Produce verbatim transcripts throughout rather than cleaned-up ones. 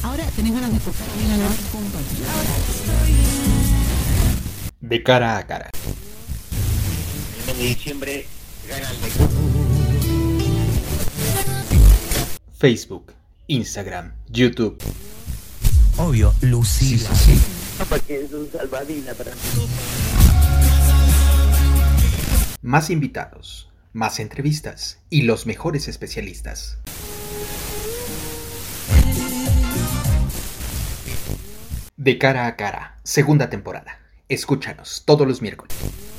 Ahora tenés ganas de tocar bien a la compatibilidad. De cara a cara. El mes de diciembre gana el Facebook, Instagram, YouTube. Obvio, Lucila. Sí, sí, sí. Porque es un salvadina para mí. Más invitados, más entrevistas y los mejores especialistas. De cara a cara, segunda temporada. Escúchanos todos los miércoles.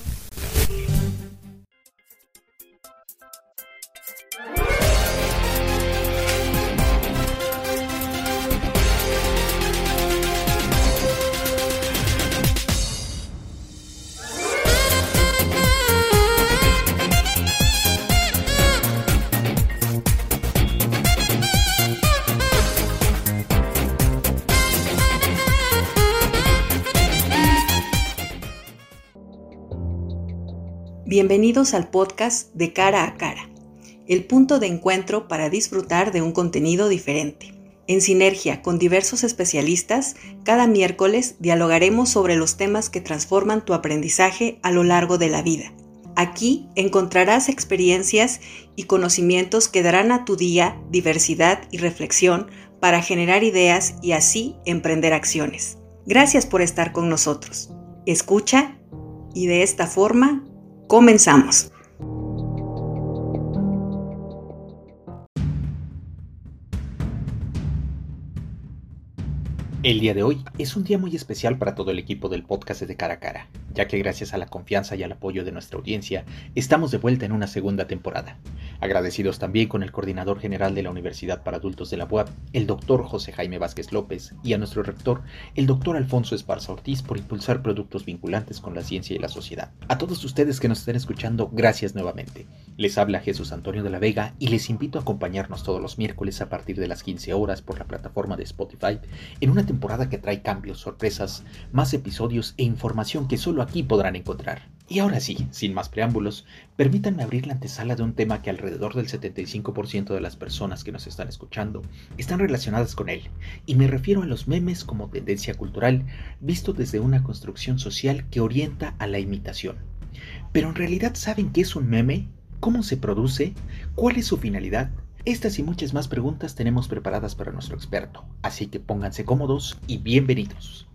Bienvenidos al podcast De Cara a Cara, el punto de encuentro para disfrutar de un contenido diferente. En sinergia con diversos especialistas, cada miércoles dialogaremos sobre los temas que transforman tu aprendizaje a lo largo de la vida. Aquí encontrarás experiencias y conocimientos que darán a tu día diversidad y reflexión para generar ideas y así emprender acciones. Gracias por estar con nosotros. Escucha y de esta forma comenzamos. El día de hoy es un día muy especial para todo el equipo del podcast de Cara a Cara, ya que gracias a la confianza y al apoyo de nuestra audiencia, estamos de vuelta en una segunda temporada. Agradecidos también con el coordinador general de la Universidad para Adultos de la U A P, el doctor José Jaime Vázquez López, y a nuestro rector, el doctor Alfonso Esparza Ortiz, por impulsar productos vinculantes con la ciencia y la sociedad. A todos ustedes que nos estén escuchando, gracias nuevamente. Les habla Jesús Antonio de la Vega y les invito a acompañarnos todos los miércoles a partir de las quince horas por la plataforma de Spotify en una temporada que trae cambios, sorpresas, más episodios e información que solo aquí podrán encontrar. Y ahora sí, sin más preámbulos, permítanme abrir la antesala de un tema que alrededor del setenta y cinco por ciento de las personas que nos están escuchando están relacionadas con él, y me refiero a los memes como tendencia cultural, visto desde una construcción social que orienta a la imitación. Pero en realidad, ¿saben qué es un meme? ¿Cómo se produce? ¿Cuál es su finalidad? Estas y muchas más preguntas tenemos preparadas para nuestro experto, así que pónganse cómodos y bienvenidos.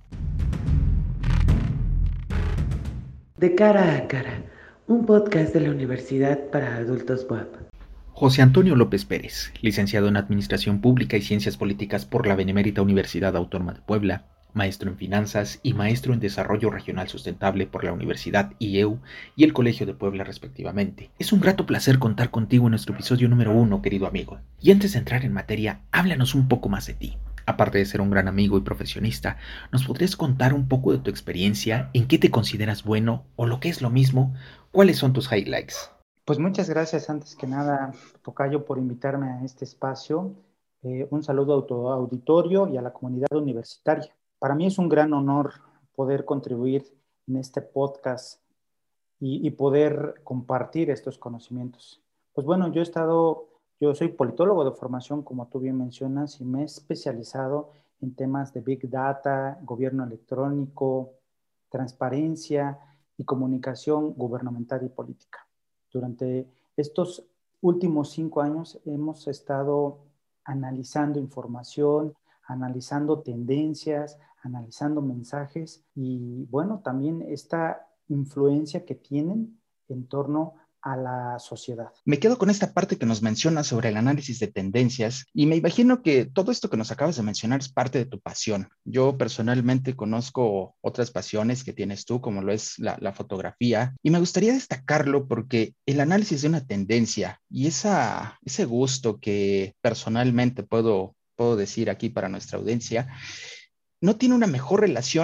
De Cara a Cara, un podcast de la Universidad para Adultos U A P. José Antonio López Pérez, licenciado en Administración Pública y Ciencias Políticas por la Benemérita Universidad Autónoma de Puebla, maestro en Finanzas y maestro en Desarrollo Regional Sustentable por la Universidad I E U y el Colegio de Puebla respectivamente. Es un grato placer contar contigo en nuestro episodio número uno, querido amigo. Y antes de entrar en materia, háblanos un poco más de ti. Aparte de ser un gran amigo y profesionista, ¿nos podrías contar un poco de tu experiencia? ¿En qué te consideras bueno? O lo que es lo mismo, ¿cuáles son tus highlights? Pues muchas gracias antes que nada, Tocayo, por invitarme a este espacio. Eh, un saludo a tu auditorio y a la comunidad universitaria. Para mí es un gran honor poder contribuir en este podcast y, y poder compartir estos conocimientos. Pues bueno, yo he estado, yo soy politólogo de formación, como tú bien mencionas, y me he especializado en temas de Big Data, gobierno electrónico, transparencia y comunicación gubernamental y política. Durante estos últimos cinco años hemos estado analizando información, analizando tendencias, analizando mensajes y, bueno, también esta influencia que tienen en torno a la sociedad. Me quedo con esta parte que nos menciona sobre el análisis de tendencias y me imagino que todo esto que nos acabas de mencionar es parte de tu pasión. Yo personalmente conozco otras pasiones que tienes tú, como lo es la, la fotografía, y me gustaría destacarlo porque el análisis de una tendencia y esa, ese gusto que personalmente puedo, puedo decir aquí para nuestra audiencia, no tiene una mejor relación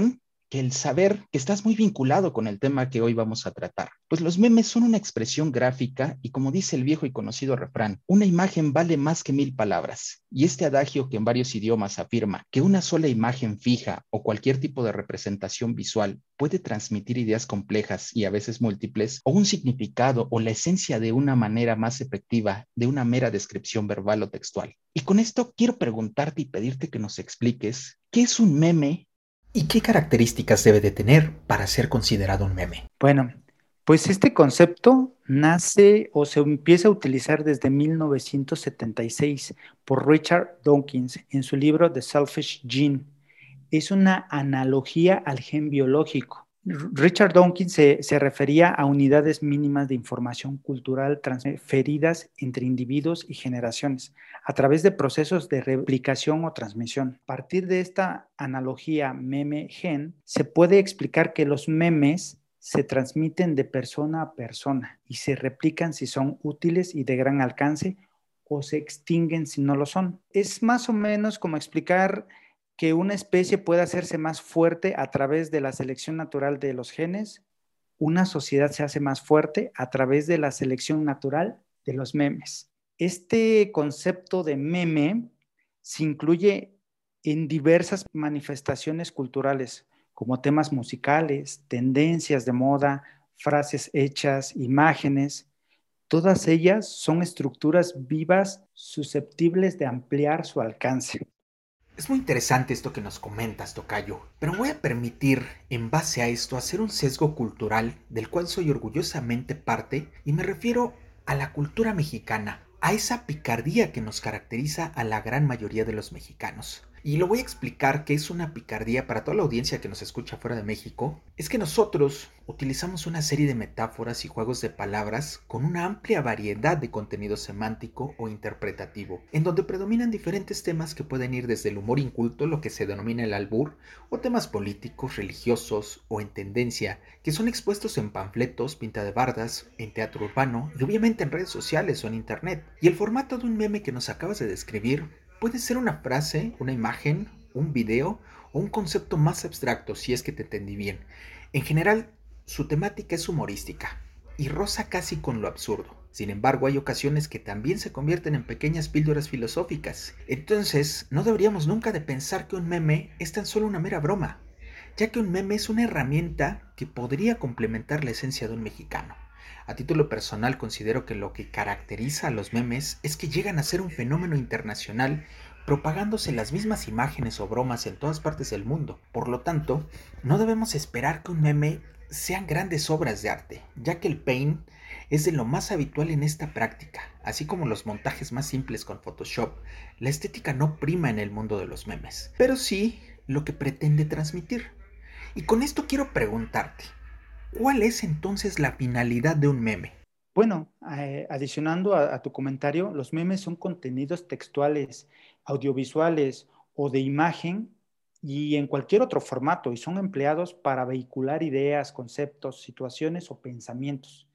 que el saber que estás muy vinculado con el tema que hoy vamos a tratar. Pues los memes son una expresión gráfica y, como dice el viejo y conocido refrán, una imagen vale más que mil palabras. Y este adagio que en varios idiomas afirma que una sola imagen fija o cualquier tipo de representación visual puede transmitir ideas complejas y a veces múltiples, o un significado o la esencia de una manera más efectiva de una mera descripción verbal o textual. Y con esto quiero preguntarte y pedirte que nos expliques qué es un meme. ¿Y qué características debe de tener para ser considerado un meme? Bueno, pues este concepto nace o se empieza a utilizar desde mil novecientos setenta y seis por Richard Dawkins en su libro The Selfish Gene. Es una analogía al gen biológico. Richard Dawkins se, se refería a unidades mínimas de información cultural transferidas entre individuos y generaciones a través de procesos de replicación o transmisión. A partir de esta analogía meme-gen, se puede explicar que los memes se transmiten de persona a persona y se replican si son útiles y de gran alcance o se extinguen si no lo son. Es más o menos como explicar que una especie puede hacerse más fuerte a través de la selección natural de los genes. Una sociedad se hace más fuerte a través de la selección natural de los memes. Este concepto de meme se incluye en diversas manifestaciones culturales, como temas musicales, tendencias de moda, frases hechas, imágenes. Todas ellas son estructuras vivas susceptibles de ampliar su alcance. Es muy interesante esto que nos comentas, tocayo, pero voy a permitir, en base a esto, hacer un sesgo cultural del cual soy orgullosamente parte, y me refiero a la cultura mexicana, a esa picardía que nos caracteriza a la gran mayoría de los mexicanos. Y lo voy a explicar que es una picardía para toda la audiencia que nos escucha fuera de México. Es que nosotros utilizamos una serie de metáforas y juegos de palabras con una amplia variedad de contenido semántico o interpretativo, en donde predominan diferentes temas que pueden ir desde el humor inculto, lo que se denomina el albur, o temas políticos, religiosos o en tendencia, que son expuestos en panfletos, pinta de bardas, en teatro urbano y obviamente en redes sociales o en internet. Y el formato de un meme que nos acabas de describir puede ser una frase, una imagen, un video o un concepto más abstracto, si es que te entendí bien. En general, su temática es humorística y roza casi con lo absurdo. Sin embargo, hay ocasiones que también se convierten en pequeñas píldoras filosóficas. Entonces, no deberíamos nunca de pensar que un meme es tan solo una mera broma, ya que un meme es una herramienta que podría complementar la esencia de un mexicano. A título personal, considero que lo que caracteriza a los memes es que llegan a ser un fenómeno internacional, propagándose las mismas imágenes o bromas en todas partes del mundo. Por lo tanto, no debemos esperar que un meme sean grandes obras de arte, ya que el paint es de lo más habitual en esta práctica. Así como los montajes más simples con Photoshop, la estética no prima en el mundo de los memes, pero sí lo que pretende transmitir. Y con esto quiero preguntarte, ¿cuál es entonces la finalidad de un meme? Bueno, eh, adicionando a, a tu comentario, los memes son contenidos textuales, audiovisuales o de imagen y en cualquier otro formato, y son empleados para vehicular ideas, conceptos, situaciones o pensamientos.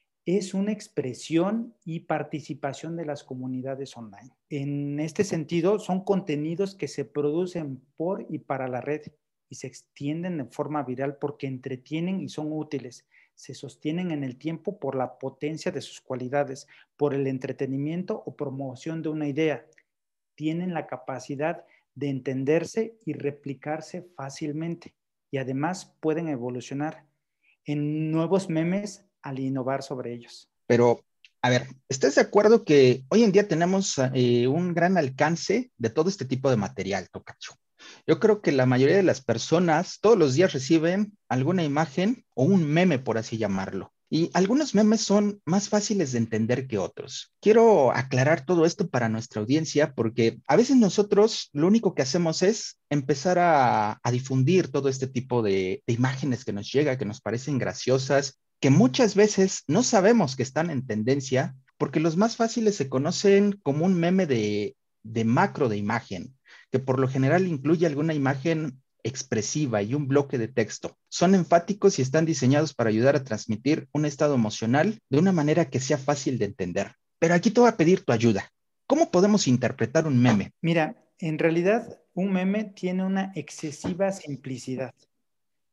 Es una expresión y participación de las comunidades online. En este sentido, son contenidos que se producen por y para la red y se extienden de forma viral porque entretienen y son útiles. Se sostienen en el tiempo por la potencia de sus cualidades, por el entretenimiento o promoción de una idea. Tienen la capacidad de entenderse y replicarse fácilmente y además pueden evolucionar en nuevos memes al innovar sobre ellos. Pero, a ver, ¿estás de acuerdo que hoy en día tenemos eh, un gran alcance de todo este tipo de material, tocayo? Yo creo que la mayoría de las personas todos los días reciben alguna imagen o un meme, por así llamarlo. Y algunos memes son más fáciles de entender que otros. Quiero aclarar todo esto para nuestra audiencia porque a veces nosotros lo único que hacemos es empezar a, a difundir todo este tipo de, de imágenes que nos llega, que nos parecen graciosas, que muchas veces no sabemos que están en tendencia porque los más fáciles se conocen como un meme de, de macro de imagen, que por lo general incluye alguna imagen expresiva y un bloque de texto. Son enfáticos y están diseñados para ayudar a transmitir un estado emocional de una manera que sea fácil de entender. Pero aquí te voy a pedir tu ayuda. ¿Cómo podemos interpretar un meme? Mira, en realidad un meme tiene una excesiva simplicidad.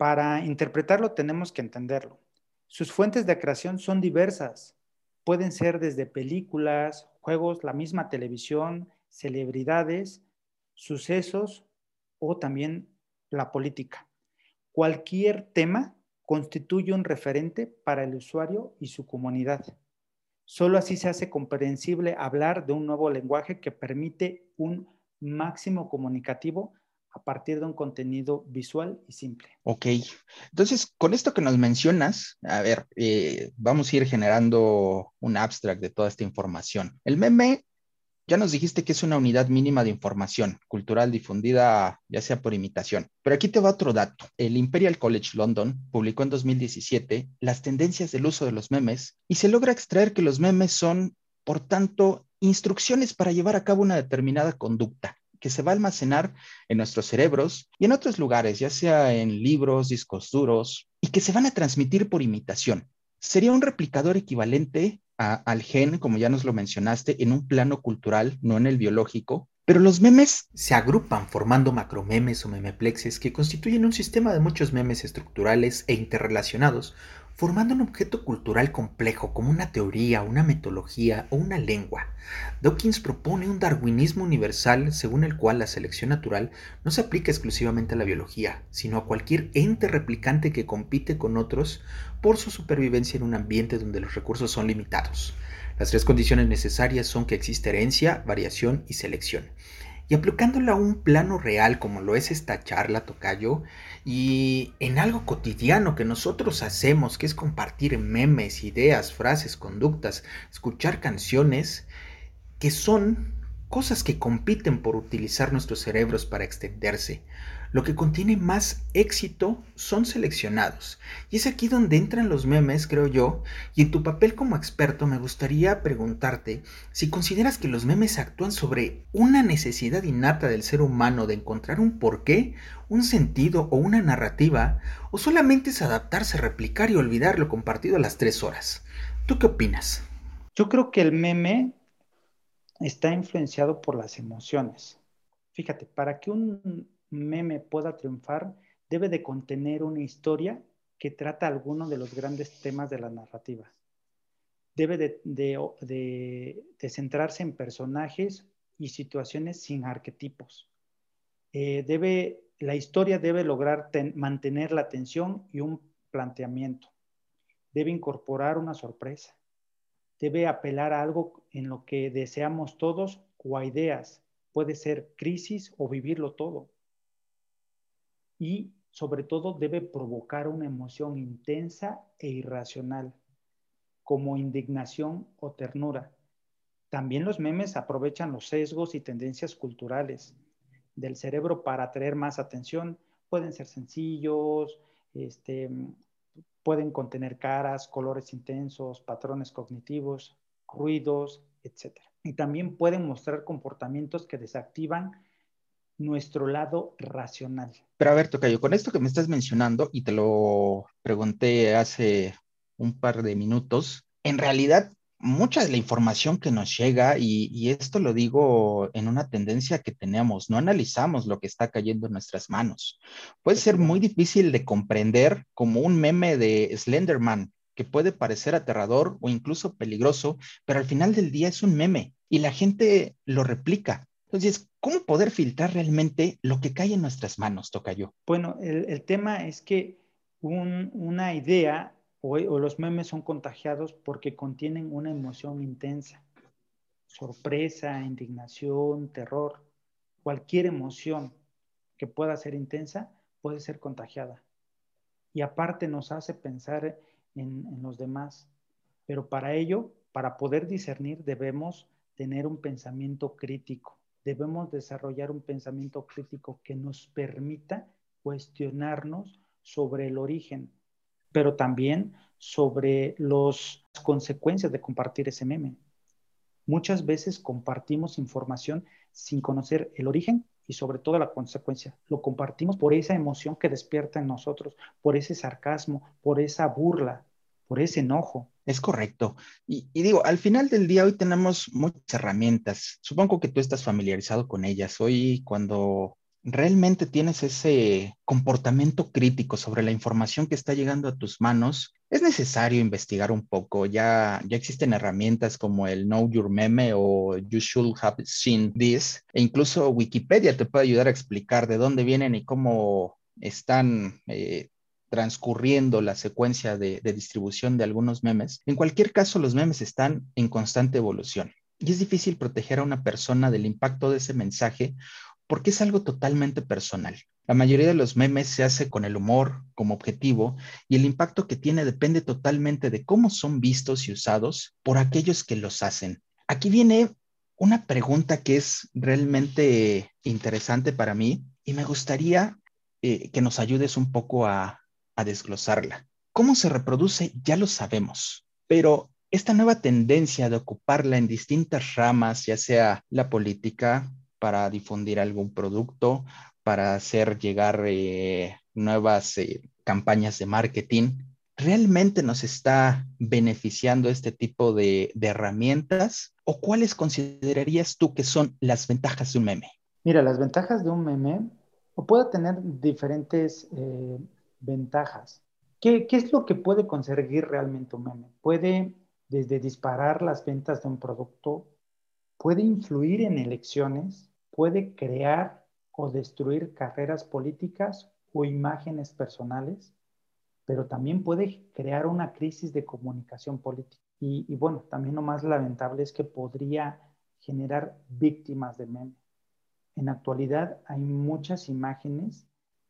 Para interpretarlo tenemos que entenderlo. Sus fuentes de creación son diversas. Pueden ser desde películas, juegos, la misma televisión, celebridades, sucesos o también la política. Cualquier tema constituye un referente para el usuario y su comunidad. Solo así se hace comprensible hablar de un nuevo lenguaje que permite un máximo comunicativo a partir de un contenido visual y simple. Ok, entonces con esto que nos mencionas, a ver, eh, vamos a ir generando un abstract de toda esta información. El meme, ya nos dijiste que es una unidad mínima de información cultural difundida ya sea por imitación, pero aquí te va otro dato. El Imperial College London publicó en dos mil diecisiete las tendencias del uso de los memes y se logra extraer que los memes son, por tanto, instrucciones para llevar a cabo una determinada conducta que se va a almacenar en nuestros cerebros y en otros lugares, ya sea en libros, discos duros, y que se van a transmitir por imitación. Sería un replicador equivalente a, al gen, como ya nos lo mencionaste, en un plano cultural, no en el biológico, pero los memes se agrupan formando macromemes o memeplexes que constituyen un sistema de muchos memes estructurales e interrelacionados, formando un objeto cultural complejo como una teoría, una metodología o una lengua. Dawkins propone un darwinismo universal según el cual la selección natural no se aplica exclusivamente a la biología, sino a cualquier ente replicante que compite con otros por su supervivencia en un ambiente donde los recursos son limitados. Las tres condiciones necesarias son que existe herencia, variación y selección. Y aplicándola a un plano real como lo es esta charla, tocayo, y en algo cotidiano que nosotros hacemos, que es compartir memes, ideas, frases, conductas, escuchar canciones, que son cosas que compiten por utilizar nuestros cerebros para extenderse. Lo que contiene más éxito son seleccionados. Y es aquí donde entran los memes, creo yo, y en tu papel como experto me gustaría preguntarte si consideras que los memes actúan sobre una necesidad innata del ser humano de encontrar un porqué, un sentido o una narrativa, o solamente es adaptarse, replicar y olvidar lo compartido a las tres horas. ¿Tú qué opinas? Yo creo que el meme está influenciado por las emociones. Fíjate, para que un meme pueda triunfar, debe de contener una historia que trata alguno de los grandes temas de la narrativa. Debe de, de, de, de centrarse en personajes y situaciones sin arquetipos. Eh, debe, la historia debe lograr ten, mantener la atención y un planteamiento. Debe incorporar una sorpresa. Debe apelar a algo en lo que deseamos todos o a ideas. Puede ser crisis o vivirlo todo. Y sobre todo debe provocar una emoción intensa e irracional, como indignación o ternura. También los memes aprovechan los sesgos y tendencias culturales del cerebro para atraer más atención. Pueden ser sencillos, este, pueden contener caras, colores intensos, patrones cognitivos, ruidos, etcétera. Y también pueden mostrar comportamientos que desactivan nuestro lado racional. Pero a ver, tocayo, con esto que me estás mencionando, y te lo pregunté hace un par de minutos, en realidad mucha de la información que nos llega, y, y esto lo digo en una tendencia que tenemos, no analizamos lo que está cayendo en nuestras manos. Puede ser muy difícil de comprender, como un meme de Slenderman, que puede parecer aterrador o incluso peligroso, pero al final del día es un meme y la gente lo replica. Entonces, ¿cómo poder filtrar realmente lo que cae en nuestras manos, tocayo? Bueno, el, el tema es que un, una idea o, o los memes son contagiados porque contienen una emoción intensa. Sorpresa, indignación, terror. Cualquier emoción que pueda ser intensa puede ser contagiada. Y aparte nos hace pensar en, en los demás. Pero para ello, para poder discernir, debemos tener un pensamiento crítico. Debemos desarrollar un pensamiento crítico que nos permita cuestionarnos sobre el origen, pero también sobre las consecuencias de compartir ese meme. Muchas veces compartimos información sin conocer el origen y sobre todo la consecuencia. Lo compartimos por esa emoción que despierta en nosotros, por ese sarcasmo, por esa burla, por ese enojo. Es correcto. Y, y digo, al final del día hoy tenemos muchas herramientas. Supongo que tú estás familiarizado con ellas. Hoy cuando realmente tienes ese comportamiento crítico sobre la información que está llegando a tus manos, es necesario investigar un poco. Ya, ya existen herramientas como el Know Your Meme o You Should Have Seen This, e incluso Wikipedia te puede ayudar a explicar de dónde vienen y cómo están eh, transcurriendo la secuencia de, de distribución de algunos memes. En cualquier caso, los memes están en constante evolución y es difícil proteger a una persona del impacto de ese mensaje porque es algo totalmente personal. La mayoría de los memes se hace con el humor como objetivo y el impacto que tiene depende totalmente de cómo son vistos y usados por aquellos que los hacen. Aquí viene una pregunta que es realmente interesante para mí y me gustaría eh, que nos ayudes un poco a, a desglosarla. ¿Cómo se reproduce? Ya lo sabemos, pero esta nueva tendencia de ocuparla en distintas ramas, ya sea la política, para difundir algún producto, para hacer llegar eh, nuevas eh, campañas de marketing. ¿Realmente nos está beneficiando este tipo de, de herramientas? ¿O cuáles considerarías tú que son las ventajas de un meme? Mira, las ventajas de un meme, o puede tener diferentes eh, ventajas. ¿Qué, ¿Qué es lo que puede conseguir realmente un meme? Puede desde disparar las ventas de un producto, puede influir en elecciones, puede crear o destruir carreras políticas o imágenes personales, pero también puede crear una crisis de comunicación política. Y, y bueno, también lo más lamentable es que podría generar víctimas de meme. En la actualidad hay muchas imágenes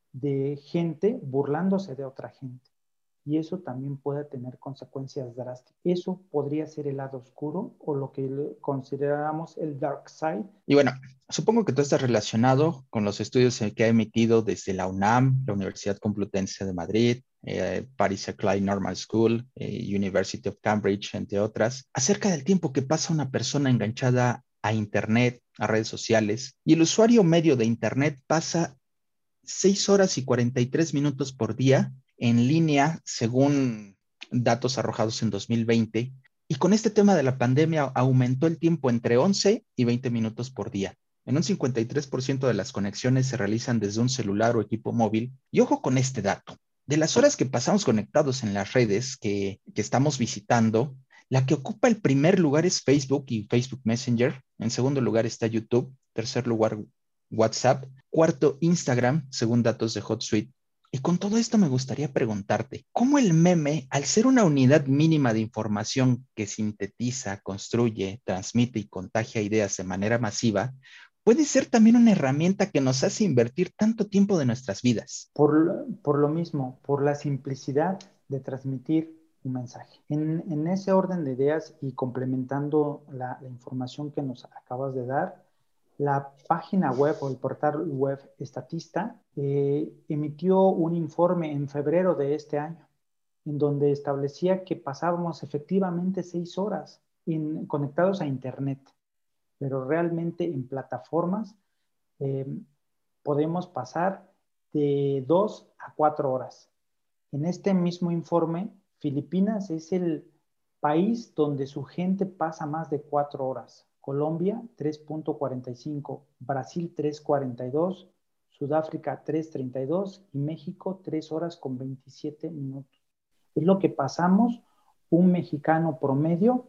de gente burlándose de otra gente. Y eso también puede tener consecuencias drásticas. Eso podría ser el lado oscuro o lo que consideramos el dark side. Y bueno, supongo que todo está relacionado con los estudios que ha emitido desde la UNAM, la Universidad Complutense de Madrid, eh, Paris Saclay Normal School, eh, University of Cambridge, entre otras, acerca del tiempo que pasa una persona enganchada a Internet, a redes sociales, y el usuario medio de Internet pasa seis horas y cuarenta y tres minutos por día en línea, según datos arrojados en dos mil veinte. Y con este tema de la pandemia aumentó el tiempo entre once y veinte minutos por día. En un cincuenta y tres por ciento de las conexiones se realizan desde un celular o equipo móvil. Y ojo con este dato. De las horas que pasamos conectados en las redes que, que estamos visitando, la que ocupa el primer lugar es Facebook y Facebook Messenger. En segundo lugar está YouTube. Tercer lugar, WhatsApp. Cuarto, Instagram, según datos de HotSuite. Y con todo esto me gustaría preguntarte, ¿cómo el meme, al ser una unidad mínima de información que sintetiza, construye, transmite y contagia ideas de manera masiva, puede ser también una herramienta que nos hace invertir tanto tiempo de nuestras vidas? Por, por lo mismo, por la simplicidad de transmitir un mensaje. En, en ese orden de ideas y complementando la, la información que nos acabas de dar, la página web o el portal web Statista eh, emitió un informe en febrero de este año, en donde establecía que pasábamos efectivamente seis horas in, conectados a Internet, pero realmente en plataformas eh, podemos pasar de dos a cuatro horas. En este mismo informe, Filipinas es el país donde su gente pasa más de cuatro horas. Colombia, tres punto cuarenta y cinco, Brasil, tres punto cuarenta y dos, Sudáfrica, tres punto treinta y dos y México, tres horas con veintisiete minutos. Es lo que pasamos un mexicano promedio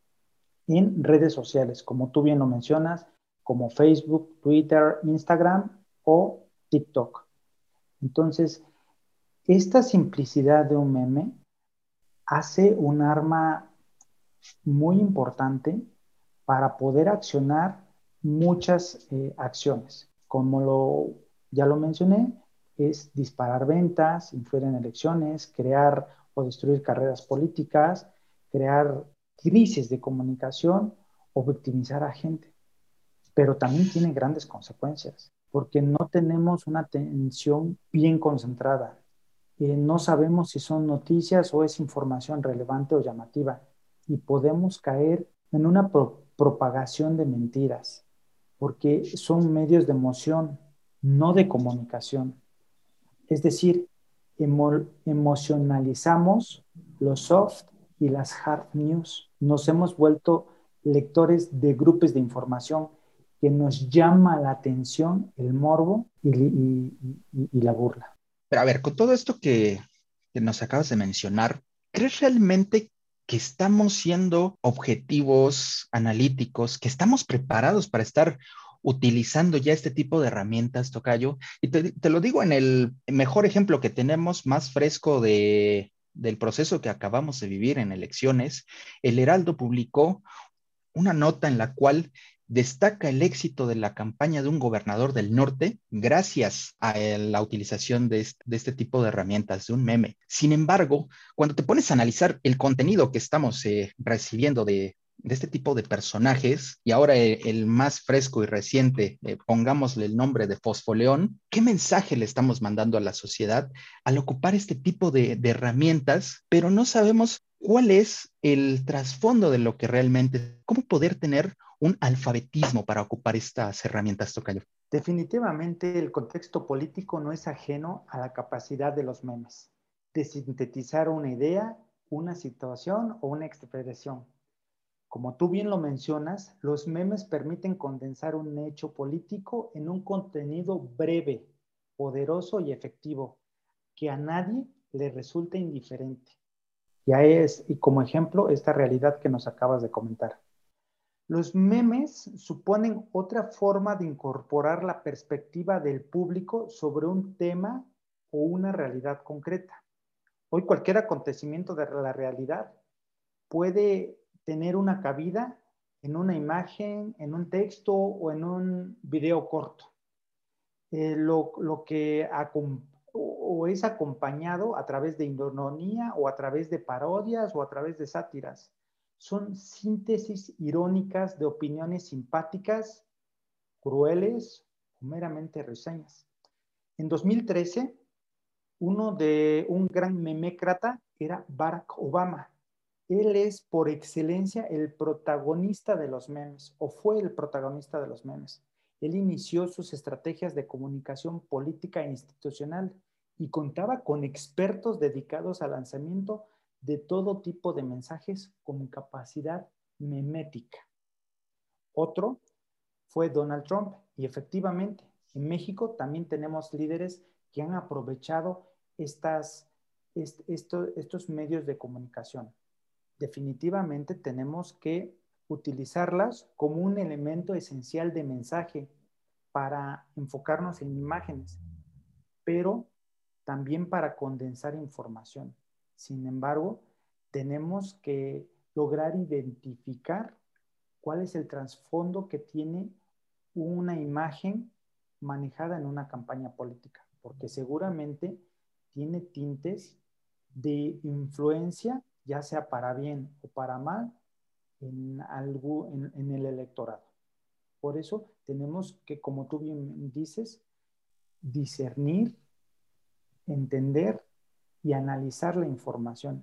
en redes sociales, como tú bien lo mencionas, como Facebook, Twitter, Instagram o TikTok. Entonces, esta simplicidad de un meme hace un arma muy importante para poder accionar muchas eh, acciones. Como lo, ya lo mencioné, es disparar ventas, influir en elecciones, crear o destruir carreras políticas, crear crisis de comunicación o victimizar a gente. Pero también tiene grandes consecuencias, porque no tenemos una atención bien concentrada. Eh, no sabemos si son noticias o es información relevante o llamativa, y podemos caer en una pro propagación de mentiras, porque son medios de emoción, no de comunicación. Es decir, emo emocionalizamos los soft y las hard news. Nos hemos vuelto lectores de grupos de información que nos llama la atención el morbo y, y, y, y la burla. Pero a ver, con todo esto que, que nos acabas de mencionar, ¿crees realmente que estamos siendo objetivos, analíticos, que estamos preparados para estar utilizando ya este tipo de herramientas, Tocayo? Y te, te lo digo en el mejor ejemplo que tenemos, más fresco de, del proceso que acabamos de vivir en elecciones. El Heraldo publicó una nota en la cual destaca el éxito de la campaña de un gobernador del norte gracias a la utilización de este, de este tipo de herramientas, de un meme. Sin embargo, cuando te pones a analizar el contenido que estamos eh, recibiendo de, de este tipo de personajes, y ahora el, el más fresco y reciente, eh, pongámosle el nombre de Fosfoleón, ¿qué mensaje le estamos mandando a la sociedad al ocupar este tipo de, de herramientas, pero no sabemos cuál es el trasfondo de lo que realmente, cómo poder tener un alfabetismo para ocupar estas herramientas, Tocayo? Definitivamente el contexto político no es ajeno a la capacidad de los memes de sintetizar una idea, una situación o una expresión. Como tú bien lo mencionas, los memes permiten condensar un hecho político en un contenido breve, poderoso y efectivo, que a nadie le resulta indiferente. Ya es, y como ejemplo, esta realidad que nos acabas de comentar. Los memes suponen otra forma de incorporar la perspectiva del público sobre un tema o una realidad concreta. Hoy cualquier acontecimiento de la realidad puede tener una cabida en una imagen, en un texto o en un video corto. Eh, lo, lo que o es acompañado a través de ironía o a través de parodias o a través de sátiras. Son síntesis irónicas de opiniones simpáticas, crueles o meramente reseñas. En dos mil trece, uno de un gran memécrata era Barack Obama. Él es por excelencia el protagonista de los memes, o fue el protagonista de los memes. Él inició sus estrategias de comunicación política e institucional y contaba con expertos dedicados al lanzamiento de todo tipo de mensajes con capacidad memética. Otro fue Donald Trump, y efectivamente en México también tenemos líderes que han aprovechado estas, est, esto, estos medios de comunicación. Definitivamente tenemos que utilizarlas como un elemento esencial de mensaje para enfocarnos en imágenes, pero también para condensar información. Sin embargo, tenemos que lograr identificar cuál es el trasfondo que tiene una imagen manejada en una campaña política, porque seguramente tiene tintes de influencia, ya sea para bien o para mal, en, algo, en, en el electorado. Por eso tenemos que, como tú bien dices, discernir, entender y analizar la información.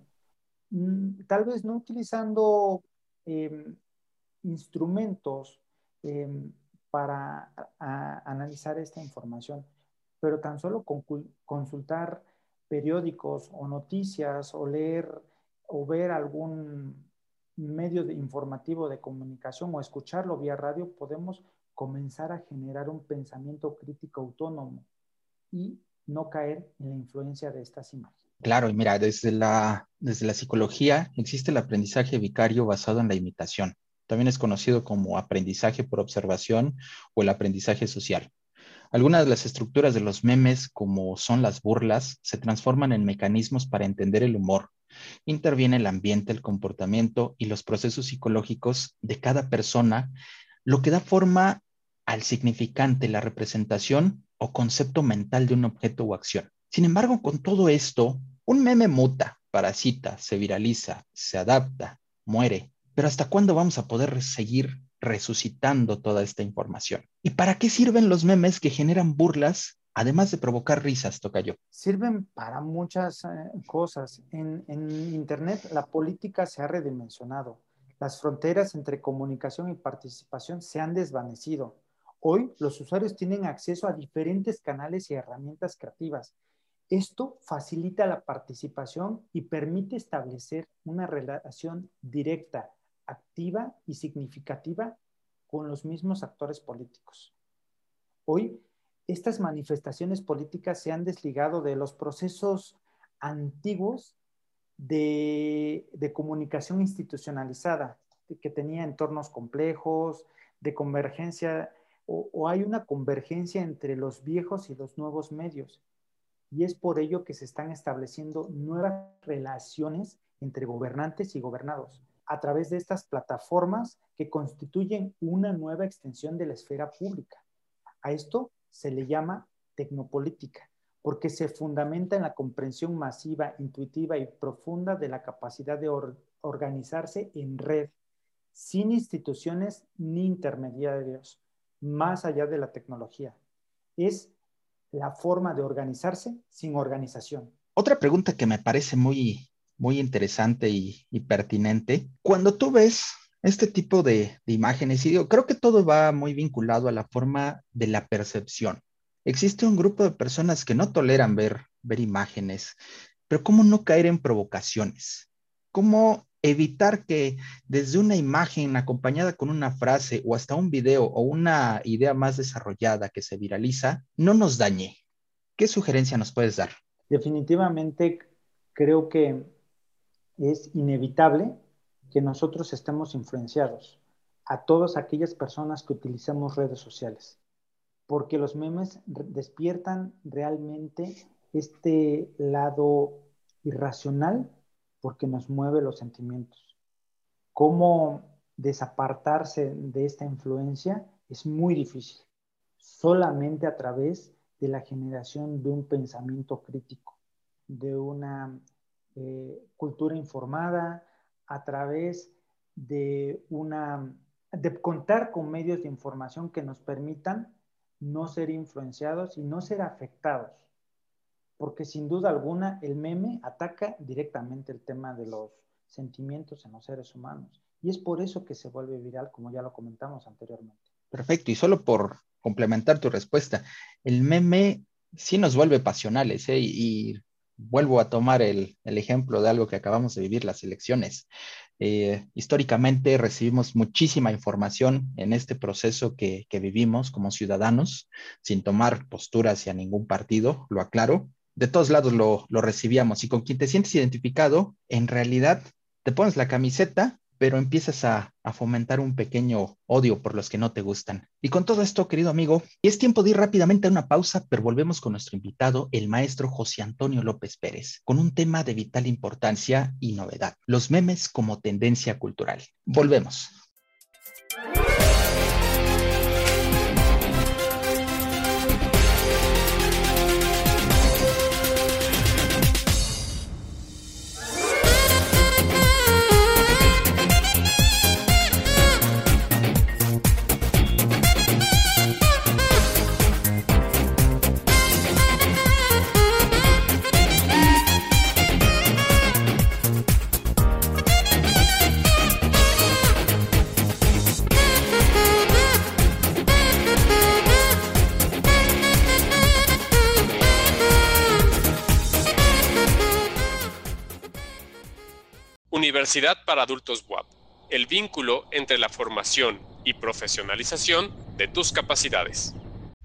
Tal vez no utilizando eh, instrumentos eh, para a, a analizar esta información, pero tan solo con, consultar periódicos o noticias o leer o ver algún medio de informativo de comunicación o escucharlo vía radio, podemos comenzar a generar un pensamiento crítico autónomo y no caer en la influencia de estas imágenes. Claro, y mira, desde la, desde la psicología existe el aprendizaje vicario basado en la imitación. También es conocido como aprendizaje por observación o el aprendizaje social. Algunas de las estructuras de los memes, como son las burlas, se transforman en mecanismos para entender el humor. Interviene el ambiente, el comportamiento y los procesos psicológicos de cada persona, lo que da forma al significante, la representación o concepto mental de un objeto o acción. Sin embargo, con todo esto, un meme muta, parasita, se viraliza, se adapta, muere. Pero ¿hasta cuándo vamos a poder seguir resucitando toda esta información? ¿Y para qué sirven los memes que generan burlas, además de provocar risas, Tocayo? Sirven para muchas eh, cosas. En, en Internet la política se ha redimensionado. Las fronteras entre comunicación y participación se han desvanecido. Hoy los usuarios tienen acceso a diferentes canales y herramientas creativas. Esto facilita la participación y permite establecer una relación directa, activa y significativa con los mismos actores políticos. Hoy, estas manifestaciones políticas se han desligado de los procesos antiguos de, de comunicación institucionalizada, que tenía entornos complejos, de convergencia, o, o hay una convergencia entre los viejos y los nuevos medios. Y es por ello que se están estableciendo nuevas relaciones entre gobernantes y gobernados, a través de estas plataformas que constituyen una nueva extensión de la esfera pública. A esto se le llama tecnopolítica, porque se fundamenta en la comprensión masiva, intuitiva y profunda de la capacidad de or- organizarse en red, sin instituciones ni intermediarios, más allá de la tecnología. Es la forma de organizarse sin organización. Otra pregunta que me parece muy, muy interesante y, y pertinente, cuando tú ves este tipo de, de imágenes, y digo, creo que todo va muy vinculado a la forma de la percepción. Existe un grupo de personas que no toleran ver, ver imágenes, pero ¿cómo no caer en provocaciones? ¿Cómo evitar que desde una imagen acompañada con una frase o hasta un video o una idea más desarrollada que se viraliza, no nos dañe? ¿Qué sugerencia nos puedes dar? Definitivamente creo que es inevitable que nosotros estemos influenciados a todas aquellas personas que utilizamos redes sociales, porque los memes despiertan realmente este lado irracional porque nos mueve los sentimientos. Cómo desapartarse de esta influencia es muy difícil, solamente a través de la generación de un pensamiento crítico, de una eh, cultura informada, a través de una de contar con medios de información que nos permitan no ser influenciados y no ser afectados, porque sin duda alguna el meme ataca directamente el tema de los sentimientos en los seres humanos, y es por eso que se vuelve viral, como ya lo comentamos anteriormente. Perfecto, y solo por complementar tu respuesta, el meme sí nos vuelve pasionales, ¿eh? y, y vuelvo a tomar el, el ejemplo de algo que acabamos de vivir, las elecciones. Eh, históricamente recibimos muchísima información en este proceso que, que vivimos como ciudadanos, sin tomar postura hacia ningún partido, lo aclaro. De todos lados lo, lo recibíamos, y con quien te sientes identificado, en realidad te pones la camiseta, pero empiezas a, a fomentar un pequeño odio por los que no te gustan. Y con todo esto, querido amigo, es tiempo de ir rápidamente a una pausa, pero volvemos con nuestro invitado, el maestro José Antonio López Pérez, con un tema de vital importancia y novedad: los memes como tendencia cultural. Volvemos. Universidad para Adultos U A P, el vínculo entre la formación y profesionalización de tus capacidades.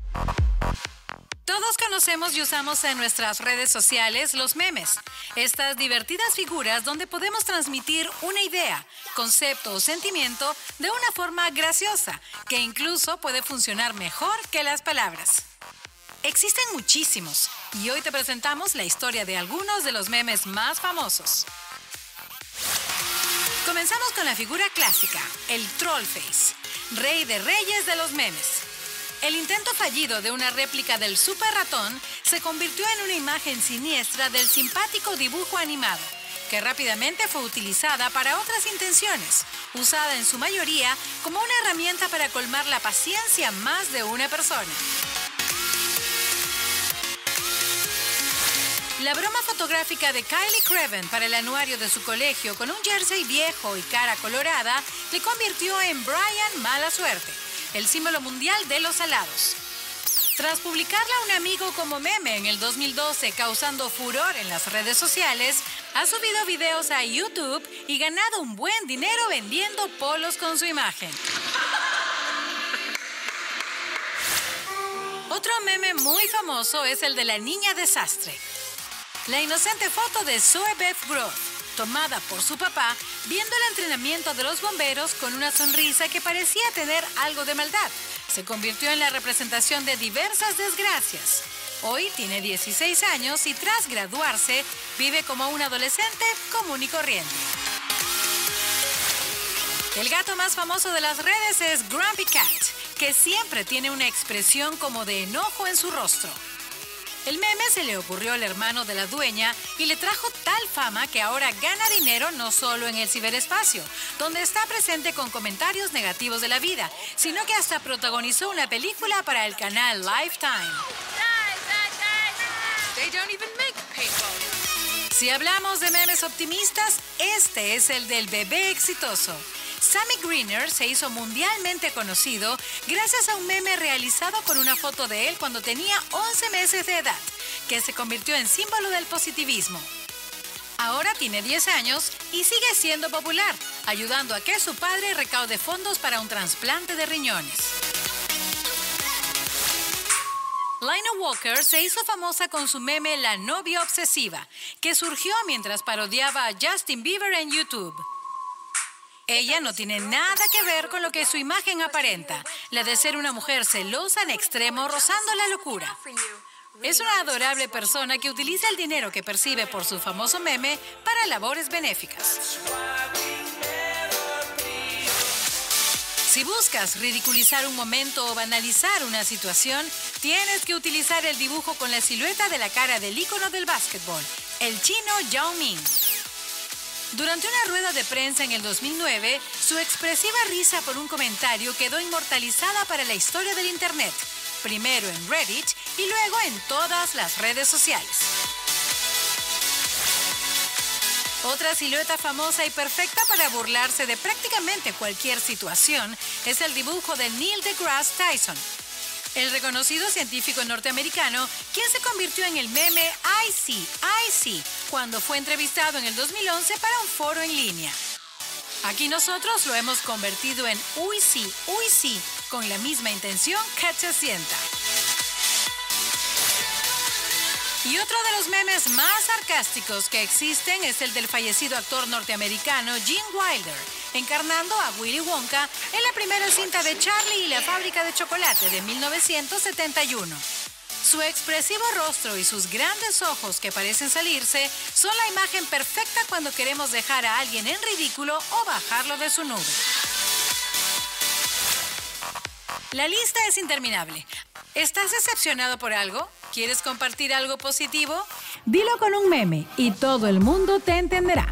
Todos conocemos y usamos en nuestras redes sociales los memes, estas divertidas figuras donde podemos transmitir una idea, concepto o sentimiento de una forma graciosa, que incluso puede funcionar mejor que las palabras. Existen muchísimos, y hoy te presentamos la historia de algunos de los memes más famosos. Comenzamos con la figura clásica, el Trollface, rey de reyes de los memes. El intento fallido de una réplica del Super Ratón se convirtió en una imagen siniestra del simpático dibujo animado, que rápidamente fue utilizada para otras intenciones, usada en su mayoría como una herramienta para colmar la paciencia más de una persona. La broma fotográfica de Kylie Craven para el anuario de su colegio con un jersey viejo y cara colorada le convirtió en Brian Mala Suerte, el símbolo mundial de los salados. Tras publicarla a un amigo como meme en el dos mil doce, causando furor en las redes sociales, ha subido videos a YouTube y ganado un buen dinero vendiendo polos con su imagen. Otro meme muy famoso es el de la niña desastre. La inocente foto de Zoe Beth Groff, tomada por su papá, viendo el entrenamiento de los bomberos con una sonrisa que parecía tener algo de maldad, se convirtió en la representación de diversas desgracias. Hoy tiene dieciséis años y tras graduarse, vive como un adolescente común y corriente. El gato más famoso de las redes es Grumpy Cat, que siempre tiene una expresión como de enojo en su rostro. El meme se le ocurrió al hermano de la dueña y le trajo tal fama que ahora gana dinero no solo en el ciberespacio, donde está presente con comentarios negativos de la vida, sino que hasta protagonizó una película para el canal Lifetime. Si hablamos de memes optimistas, este es el del bebé exitoso. Sammy Greener se hizo mundialmente conocido gracias a un meme realizado con una foto de él cuando tenía once meses de edad, que se convirtió en símbolo del positivismo. Ahora tiene diez años y sigue siendo popular, ayudando a que su padre recaude fondos para un trasplante de riñones. Lina Walker se hizo famosa con su meme La novia obsesiva, que surgió mientras parodiaba a Justin Bieber en YouTube. Ella no tiene nada que ver con lo que su imagen aparenta, la de ser una mujer celosa en extremo, rozando la locura. Es una adorable persona que utiliza el dinero que percibe por su famoso meme para labores benéficas. Si buscas ridiculizar un momento o banalizar una situación, tienes que utilizar el dibujo con la silueta de la cara del ícono del básquetbol, el chino Yao Ming. Durante una rueda de prensa en el dos mil nueve, su expresiva risa por un comentario quedó inmortalizada para la historia del Internet, primero en Reddit y luego en todas las redes sociales. Otra silueta famosa y perfecta para burlarse de prácticamente cualquier situación es el dibujo de Neil deGrasse Tyson, el reconocido científico norteamericano, quien se convirtió en el meme I see, I see, cuando fue entrevistado en el dos mil once para un foro en línea. Aquí nosotros lo hemos convertido en uy sí, uy sí, con la misma intención que se sienta. Y otro de los memes más sarcásticos que existen es el del fallecido actor norteamericano Gene Wilder, encarnando a Willy Wonka en la primera cinta de Charlie y la fábrica de chocolate de mil novecientos setenta y uno. Su expresivo rostro y sus grandes ojos que parecen salirse son la imagen perfecta cuando queremos dejar a alguien en ridículo o bajarlo de su nube. La lista es interminable. ¿Estás decepcionado por algo? ¿Quieres compartir algo positivo? Dilo con un meme y todo el mundo te entenderá.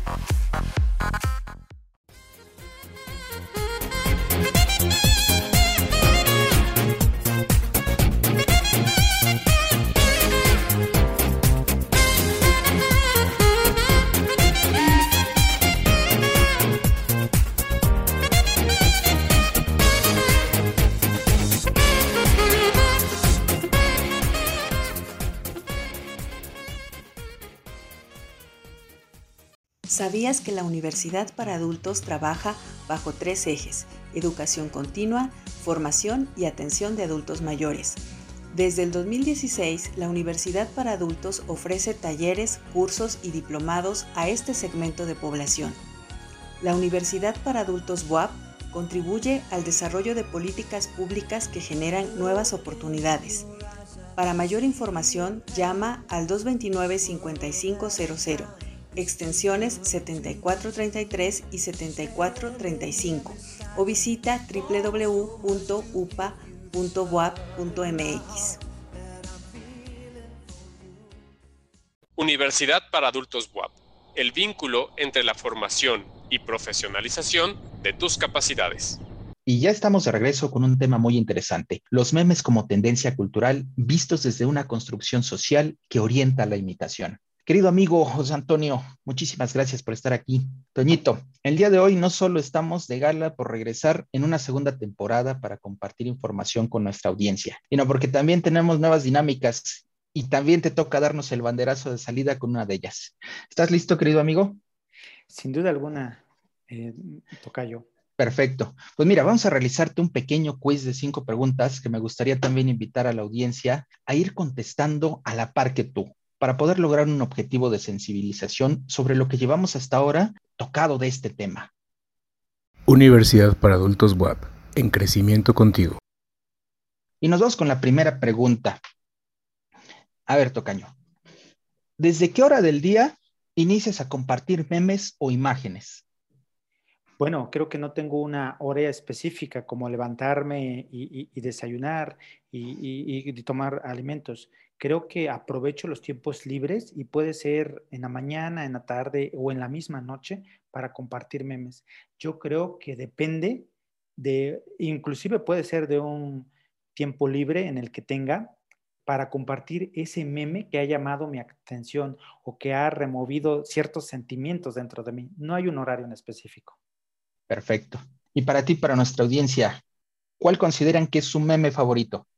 ¿Sabías que la Universidad para Adultos trabaja bajo tres ejes: educación continua, formación y atención de adultos mayores? Desde el dos mil dieciséis, la Universidad para Adultos ofrece talleres, cursos y diplomados a este segmento de población. La Universidad para Adultos U A P contribuye al desarrollo de políticas públicas que generan nuevas oportunidades. Para mayor información, llama al dos dos nueve, cinco cinco cero cero. Extensiones setenta y cuatro treinta y tres y setenta y cuatro treinta y cinco o visita doble u doble u doble u punto u p a punto b u a p punto m x. Universidad para Adultos U A P, el vínculo entre la formación y profesionalización de tus capacidades. Y ya estamos de regreso con un tema muy interesante: los memes como tendencia cultural vistos desde una construcción social que orienta la imitación. Querido amigo José Antonio, muchísimas gracias por estar aquí. Toñito, el día de hoy no solo estamos de gala por regresar en una segunda temporada para compartir información con nuestra audiencia, sino porque también tenemos nuevas dinámicas y también te toca darnos el banderazo de salida con una de ellas. ¿Estás listo, querido amigo? Sin duda alguna, eh, tocayo. Perfecto. Pues mira, vamos a realizarte un pequeño quiz de cinco preguntas que me gustaría también invitar a la audiencia a ir contestando a la par que tú, para poder lograr un objetivo de sensibilización sobre lo que llevamos hasta ahora tocado de este tema. Universidad para Adultos W A P, en crecimiento contigo. Y nos vamos con la primera pregunta. A ver, tocaño, ¿desde qué hora del día inicias a compartir memes o imágenes? Bueno, creo que no tengo una hora específica como levantarme y, y- y desayunar y, y- y tomar alimentos. Creo que aprovecho los tiempos libres y puede ser en la mañana, en la tarde o en la misma noche para compartir memes. Yo creo que depende de, inclusive puede ser de un tiempo libre en el que tenga para compartir ese meme que ha llamado mi atención o que ha removido ciertos sentimientos dentro de mí. No hay un horario en específico. Perfecto. Y para ti, para nuestra audiencia, ¿cuál consideran que es su meme favorito?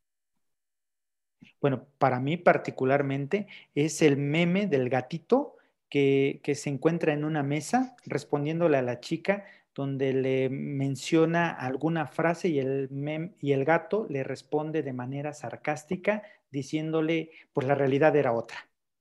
Bueno, para mí particularmente es el meme del gatito que, que se encuentra en una mesa respondiéndole a la chica donde le menciona alguna frase y el, mem- y el gato le responde de manera sarcástica diciéndole, pues la realidad era otra.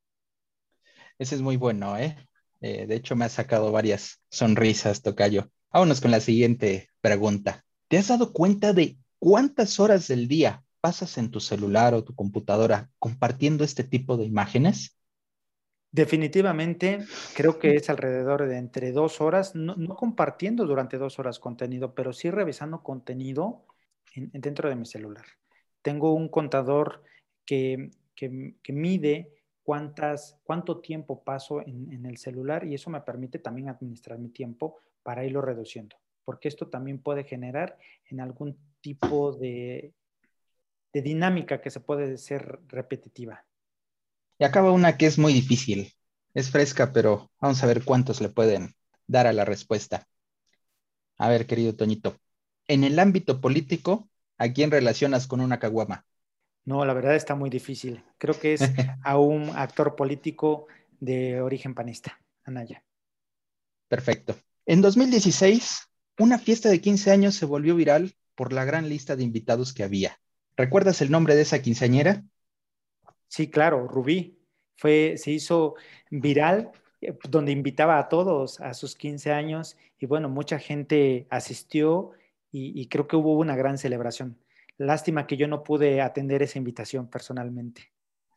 Ese es muy bueno, ¿eh? Eh, de hecho, me ha sacado varias sonrisas, tocayo. Vámonos con la siguiente pregunta. ¿Te has dado cuenta de cuántas horas del día pasas en tu celular o tu computadora compartiendo este tipo de imágenes? Definitivamente creo que es alrededor de entre dos horas, no, no compartiendo durante dos horas contenido, pero sí revisando contenido en- en- dentro de mi celular. Tengo un contador que, que- que mide cuántas, cuánto tiempo paso en, en el celular y eso me permite también administrar mi tiempo para irlo reduciendo, porque esto también puede generar en algún tipo de, de dinámica que se puede ser repetitiva. Y acaba una que es muy difícil. Es fresca, pero vamos a ver cuántos le pueden dar a la respuesta. A ver, querido Toñito, en el ámbito político, ¿a quién relacionas con una caguama? No, la verdad está muy difícil. Creo que es a un actor político de origen panista, Anaya. Perfecto. En dos mil dieciséis, una fiesta de quince años se volvió viral por la gran lista de invitados que había. ¿Recuerdas el nombre de esa quinceañera? Sí, claro, Rubí fue, se hizo viral eh, donde invitaba a todos a sus quince años y bueno, mucha gente asistió y, y creo que hubo una gran celebración. Lástima que yo no pude atender esa invitación personalmente.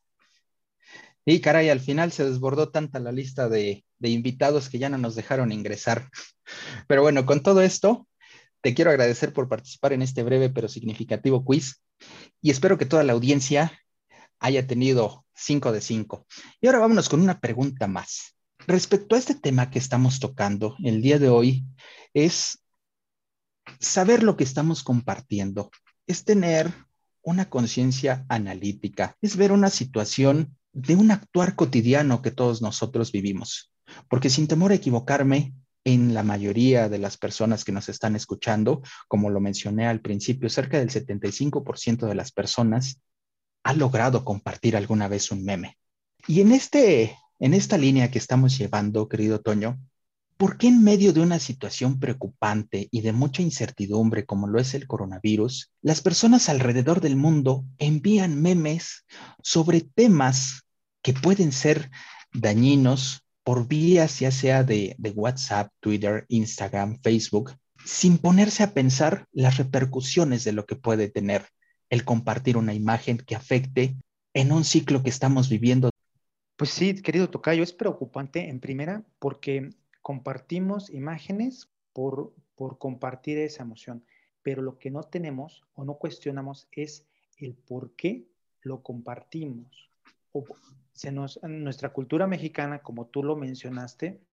Y caray, al final se desbordó tanta la lista de, de invitados que ya no nos dejaron ingresar. Pero bueno, con todo esto, te quiero agradecer por participar en este breve pero significativo quiz y espero que toda la audiencia haya tenido cinco de cinco. Y ahora vámonos con una pregunta más. Respecto a este tema que estamos tocando el día de hoy, es saber lo que estamos compartiendo, es tener una conciencia analítica, es ver una situación de un actuar cotidiano que todos nosotros vivimos. Porque sin temor a equivocarme, en la mayoría de las personas que nos están escuchando, como lo mencioné al principio, cerca del setenta y cinco por ciento de las personas ha logrado compartir alguna vez un meme. Y en, este, en esta línea que estamos llevando, querido Toño, ¿por qué en medio de una situación preocupante y de mucha incertidumbre como lo es el coronavirus, las personas alrededor del mundo envían memes sobre temas que pueden ser dañinos por vías ya sea de, de WhatsApp, Twitter, Instagram, Facebook, sin ponerse a pensar las repercusiones de lo que puede tener el compartir una imagen que afecte en un ciclo que estamos viviendo? Pues sí, querido tocayo, es preocupante en primera porque compartimos imágenes por, por compartir esa emoción, pero lo que no tenemos o no cuestionamos es el por qué lo compartimos. O se nos, nuestra cultura mexicana, como tú lo mencionaste,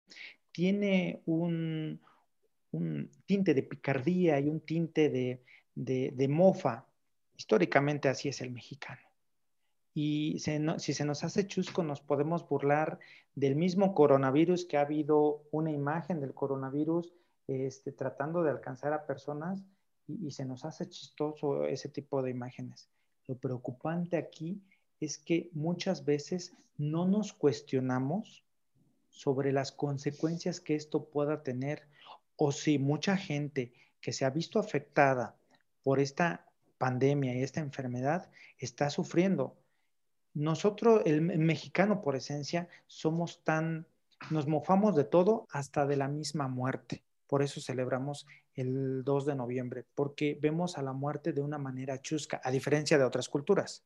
tiene un, un tinte de picardía y un tinte de, de, de mofa. Históricamente así es el mexicano y se no, si se nos hace chusco nos podemos burlar del mismo coronavirus que ha habido una imagen del coronavirus este, tratando de alcanzar a personas y, y se nos hace chistoso ese tipo de imágenes. Lo preocupante aquí es que muchas veces no nos cuestionamos sobre las consecuencias que esto pueda tener o si mucha gente que se ha visto afectada por esta pandemia y esta enfermedad está sufriendo. Nosotros, el, el mexicano por esencia, somos tan, nos mofamos de todo hasta de la misma muerte. Por eso celebramos el dos de noviembre, porque vemos a la muerte de una manera chusca, a diferencia de otras culturas.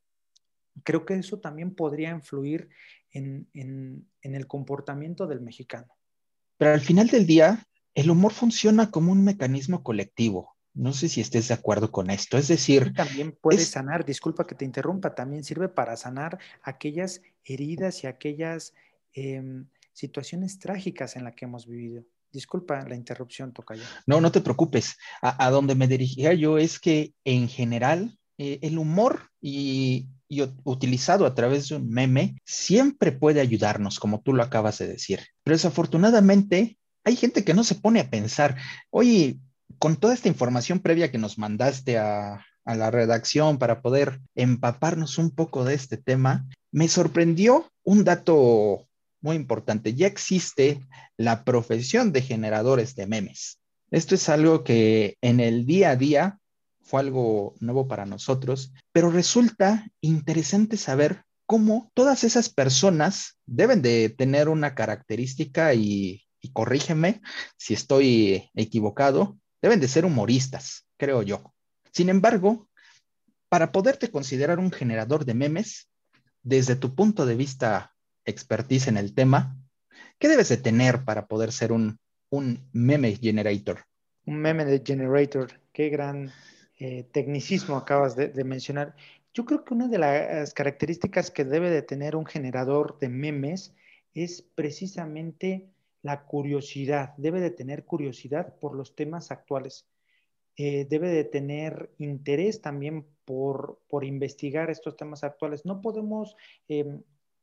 Creo que eso también podría influir en, en, en el comportamiento del mexicano. Pero al final del día, el humor funciona como un mecanismo colectivo. No sé si estés de acuerdo con esto. Es decir, y también puede es... sanar, disculpa que te interrumpa, también sirve para sanar aquellas heridas y aquellas eh, situaciones trágicas en las que hemos vivido. Disculpa la interrupción, tocayo. No, no te preocupes. A, a donde me dirigía yo es que en general eh, el humor y, y utilizado a través de un meme siempre puede ayudarnos, como tú lo acabas de decir. Pero desafortunadamente hay gente que no se pone a pensar, oye, con toda esta información previa que nos mandaste a, a la redacción para poder empaparnos un poco de este tema, me sorprendió un dato muy importante. Ya existe la profesión de generadores de memes. Esto es algo que en el día a día fue algo nuevo para nosotros, pero resulta interesante saber cómo todas esas personas deben de tener una característica y, y corrígeme si estoy equivocado, deben de ser humoristas, creo yo. Sin embargo, para poderte considerar un generador de memes, desde tu punto de vista expertise en el tema, ¿qué debes de tener para poder ser un, un meme generator? Un meme de generator, qué gran eh, tecnicismo acabas de, de mencionar. Yo creo que una de las características que debe de tener un generador de memes es precisamente la curiosidad. Debe de tener curiosidad por los temas actuales. Eh, debe de tener interés también por, por investigar estos temas actuales. No podemos eh,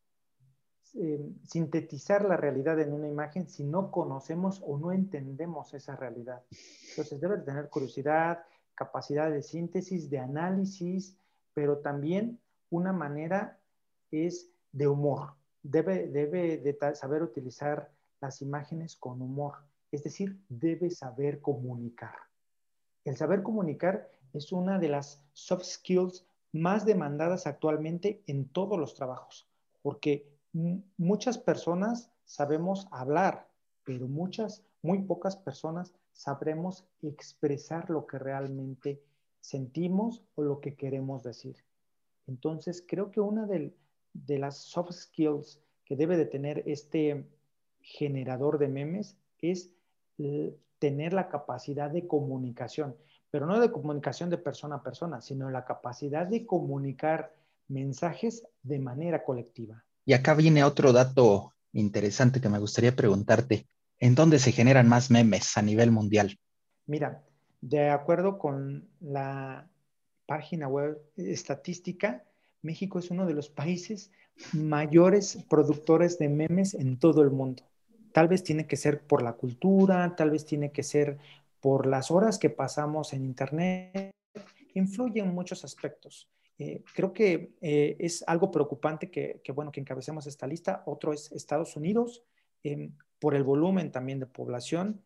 eh, sintetizar la realidad en una imagen si no conocemos o no entendemos esa realidad. Entonces debe de tener curiosidad, capacidad de síntesis, de análisis, pero también una manera es de humor. Debe, debe de saber utilizar las imágenes con humor, es decir, debe saber comunicar. El saber comunicar es una de las soft skills más demandadas actualmente en todos los trabajos, porque muchas personas sabemos hablar, pero muchas, muy pocas personas sabremos expresar lo que realmente sentimos o lo que queremos decir. Entonces, creo que una de, de las soft skills que debe de tener este generador de memes es eh, tener la capacidad de comunicación, pero no de comunicación de persona a persona, sino la capacidad de comunicar mensajes de manera colectiva. Y acá viene otro dato interesante que me gustaría preguntarte. ¿En dónde se generan más memes a nivel mundial? Mira, de acuerdo con la página web estadística, México es uno de los países mayores productores de memes en todo el mundo. Tal vez tiene que ser por la cultura, tal vez tiene que ser por las horas que pasamos en internet, influyen muchos aspectos. Eh, creo que eh, es algo preocupante que, que, bueno, que encabecemos esta lista. Otro es Estados Unidos, eh, por el volumen también de población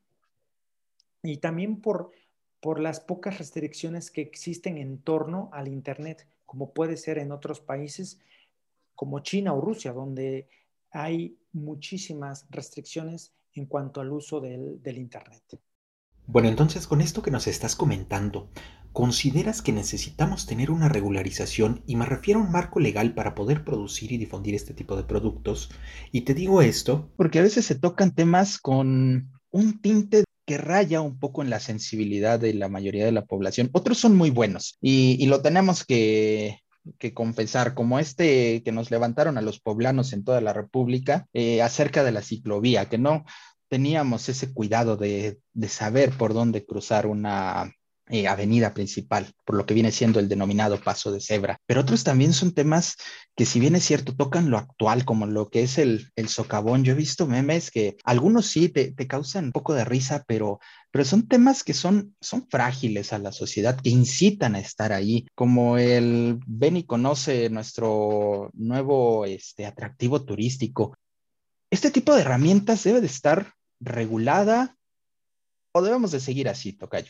y también por, por las pocas restricciones que existen en torno al internet, como puede ser en otros países como China o Rusia, donde hay muchísimas restricciones en cuanto al uso del, del internet. Bueno, entonces con esto que nos estás comentando, ¿consideras que necesitamos tener una regularización? Y me refiero a un marco legal para poder producir y difundir este tipo de productos. Y te digo esto porque a veces se tocan temas con un tinte que raya un poco en la sensibilidad de la mayoría de la población. Otros son muy buenos y, y lo tenemos que, que confesar, como este que nos levantaron a los poblanos en toda la República eh, acerca de la ciclovía, que no teníamos ese cuidado de, de saber por dónde cruzar una eh, avenida principal, por lo que viene siendo el denominado paso de cebra. Pero otros también son temas que, si bien es cierto, tocan lo actual, como lo que es el, el socavón. Yo he visto memes que algunos sí te, te causan un poco de risa, pero, pero son temas que son, son frágiles a la sociedad, que incitan a estar ahí, como el ven y conoce nuestro nuevo este, atractivo turístico. Este tipo de herramientas debe de estar regulada ¿O debemos de seguir así, tocayo?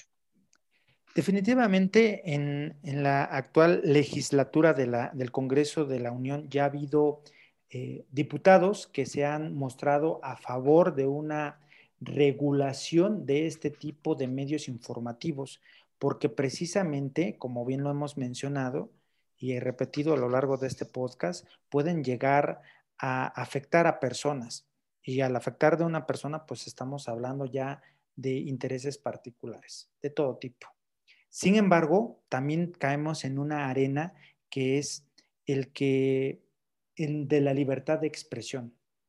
Definitivamente en, en la actual legislatura de la, del Congreso de la Unión ya ha habido eh, diputados que se han mostrado a favor de una regulación de este tipo de medios informativos, porque precisamente, como bien lo hemos mencionado y he repetido a lo largo de este podcast, pueden llegar a afectar a personas. Y al afectar de una persona, pues estamos hablando ya de intereses particulares, de todo tipo. Sin embargo, también caemos en una arena que es el que el de la libertad de expresión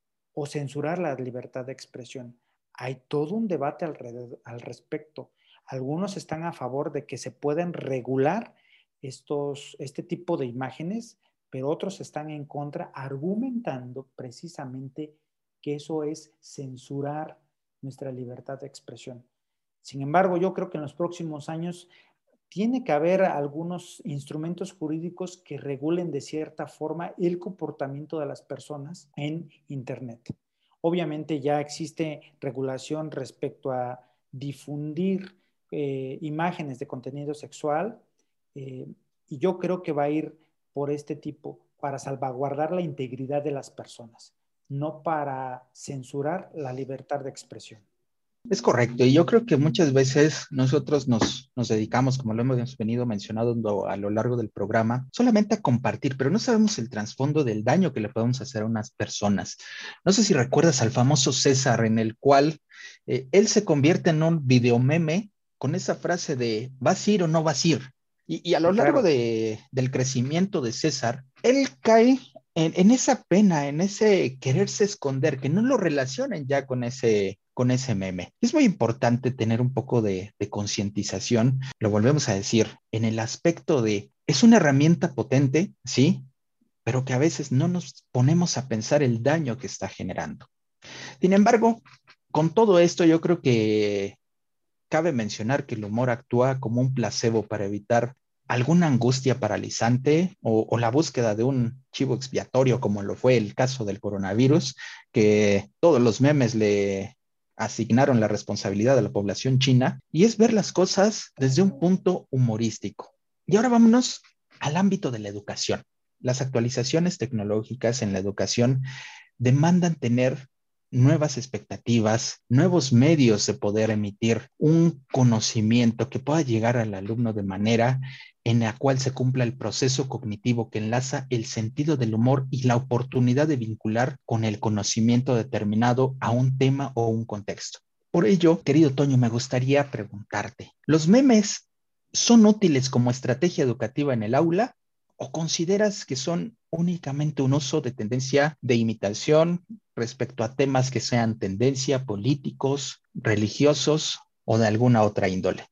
o censurar la libertad de expresión. Hay todo un debate alrededor, al respecto. Algunos están a favor de que se puedan regular estos, este tipo de imágenes, pero otros están en contra, argumentando precisamente que eso es censurar nuestra libertad de expresión. Sin embargo, yo creo que en los próximos años tiene que haber algunos instrumentos jurídicos que regulen de cierta forma el comportamiento de las personas en Internet. Obviamente ya existe regulación respecto a difundir eh, imágenes de contenido sexual eh, y yo creo que va a ir por este tipo para salvaguardar la integridad de las personas, no para censurar la libertad de expresión. Es correcto, y yo creo que muchas veces nosotros nos, nos dedicamos, como lo hemos venido mencionando a lo largo del programa, solamente a compartir, pero no sabemos el trasfondo del daño que le podemos hacer a unas personas. No sé si recuerdas al famoso César, en el cual eh, él se convierte en un videomeme con esa frase de ¿vas a ir o no vas a ir? Y, y a lo largo Claro. de, del crecimiento de César, él cae en, en esa pena, en ese quererse esconder, que no lo relacionen ya con ese con ese meme. Es muy importante tener un poco de, de concientización, lo volvemos a decir, en el aspecto de, es una herramienta potente, sí, pero que a veces no nos ponemos a pensar el daño que está generando. Sin embargo, con todo esto yo creo que cabe mencionar que el humor actúa como un placebo para evitar alguna angustia paralizante o, o la búsqueda de un chivo expiatorio, como lo fue el caso del coronavirus, que todos los memes le asignaron la responsabilidad a la población china, y es ver las cosas desde un punto humorístico. Y ahora vámonos al ámbito de la educación. Las actualizaciones tecnológicas en la educación demandan tener nuevas expectativas, nuevos medios de poder emitir un conocimiento que pueda llegar al alumno de manera en la cual se cumpla el proceso cognitivo que enlaza el sentido del humor y la oportunidad de vincular con el conocimiento determinado a un tema o un contexto. Por ello, querido Toño, me gustaría preguntarte, ¿los memes son útiles como estrategia educativa en el aula o consideras que son únicamente un uso de tendencia de imitación respecto a temas que sean tendencia, políticos, religiosos o de alguna otra índole?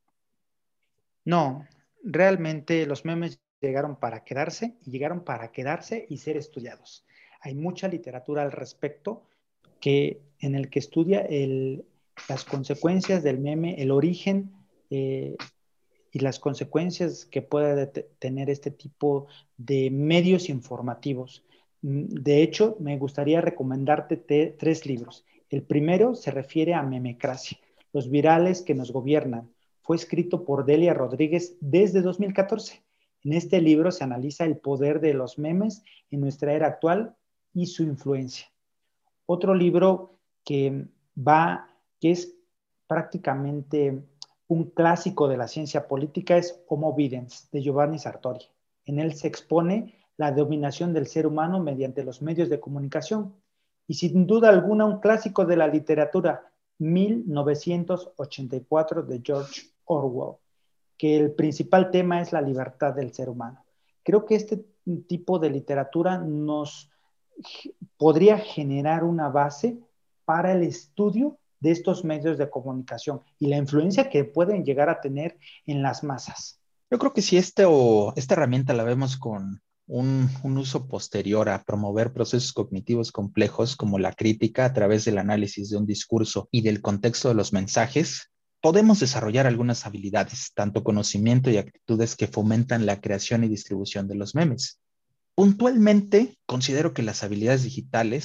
No, realmente los memes llegaron para quedarse y llegaron para quedarse y ser estudiados. Hay mucha literatura al respecto que, en el que estudia el, las consecuencias del meme, el origen eh, y las consecuencias que puede tener este tipo de medios informativos. De hecho, me gustaría recomendarte te, tres libros. El primero se refiere a Memecracia, los virales que nos gobiernan. Fue escrito por Delia Rodríguez desde dos mil catorce. En este libro se analiza el poder de los memes en nuestra era actual y su influencia. Otro libro que va, que es prácticamente un clásico de la ciencia política es Homo Videns, de Giovanni Sartori. En él se expone la dominación del ser humano mediante los medios de comunicación. Y sin duda alguna, un clásico de la literatura, mil novecientos ochenta y cuatro, de George Orwell, que el principal tema es la libertad del ser humano. Creo que este tipo de literatura nos podría generar una base para el estudio de estos medios de comunicación y la influencia que pueden llegar a tener en las masas. Yo creo que si este o, esta herramienta la vemos con un, un uso posterior a promover procesos cognitivos complejos como la crítica a través del análisis de un discurso y del contexto de los mensajes, podemos desarrollar algunas habilidades, tanto conocimiento y actitudes que fomentan la creación y distribución de los memes. Puntualmente, considero que las habilidades digitales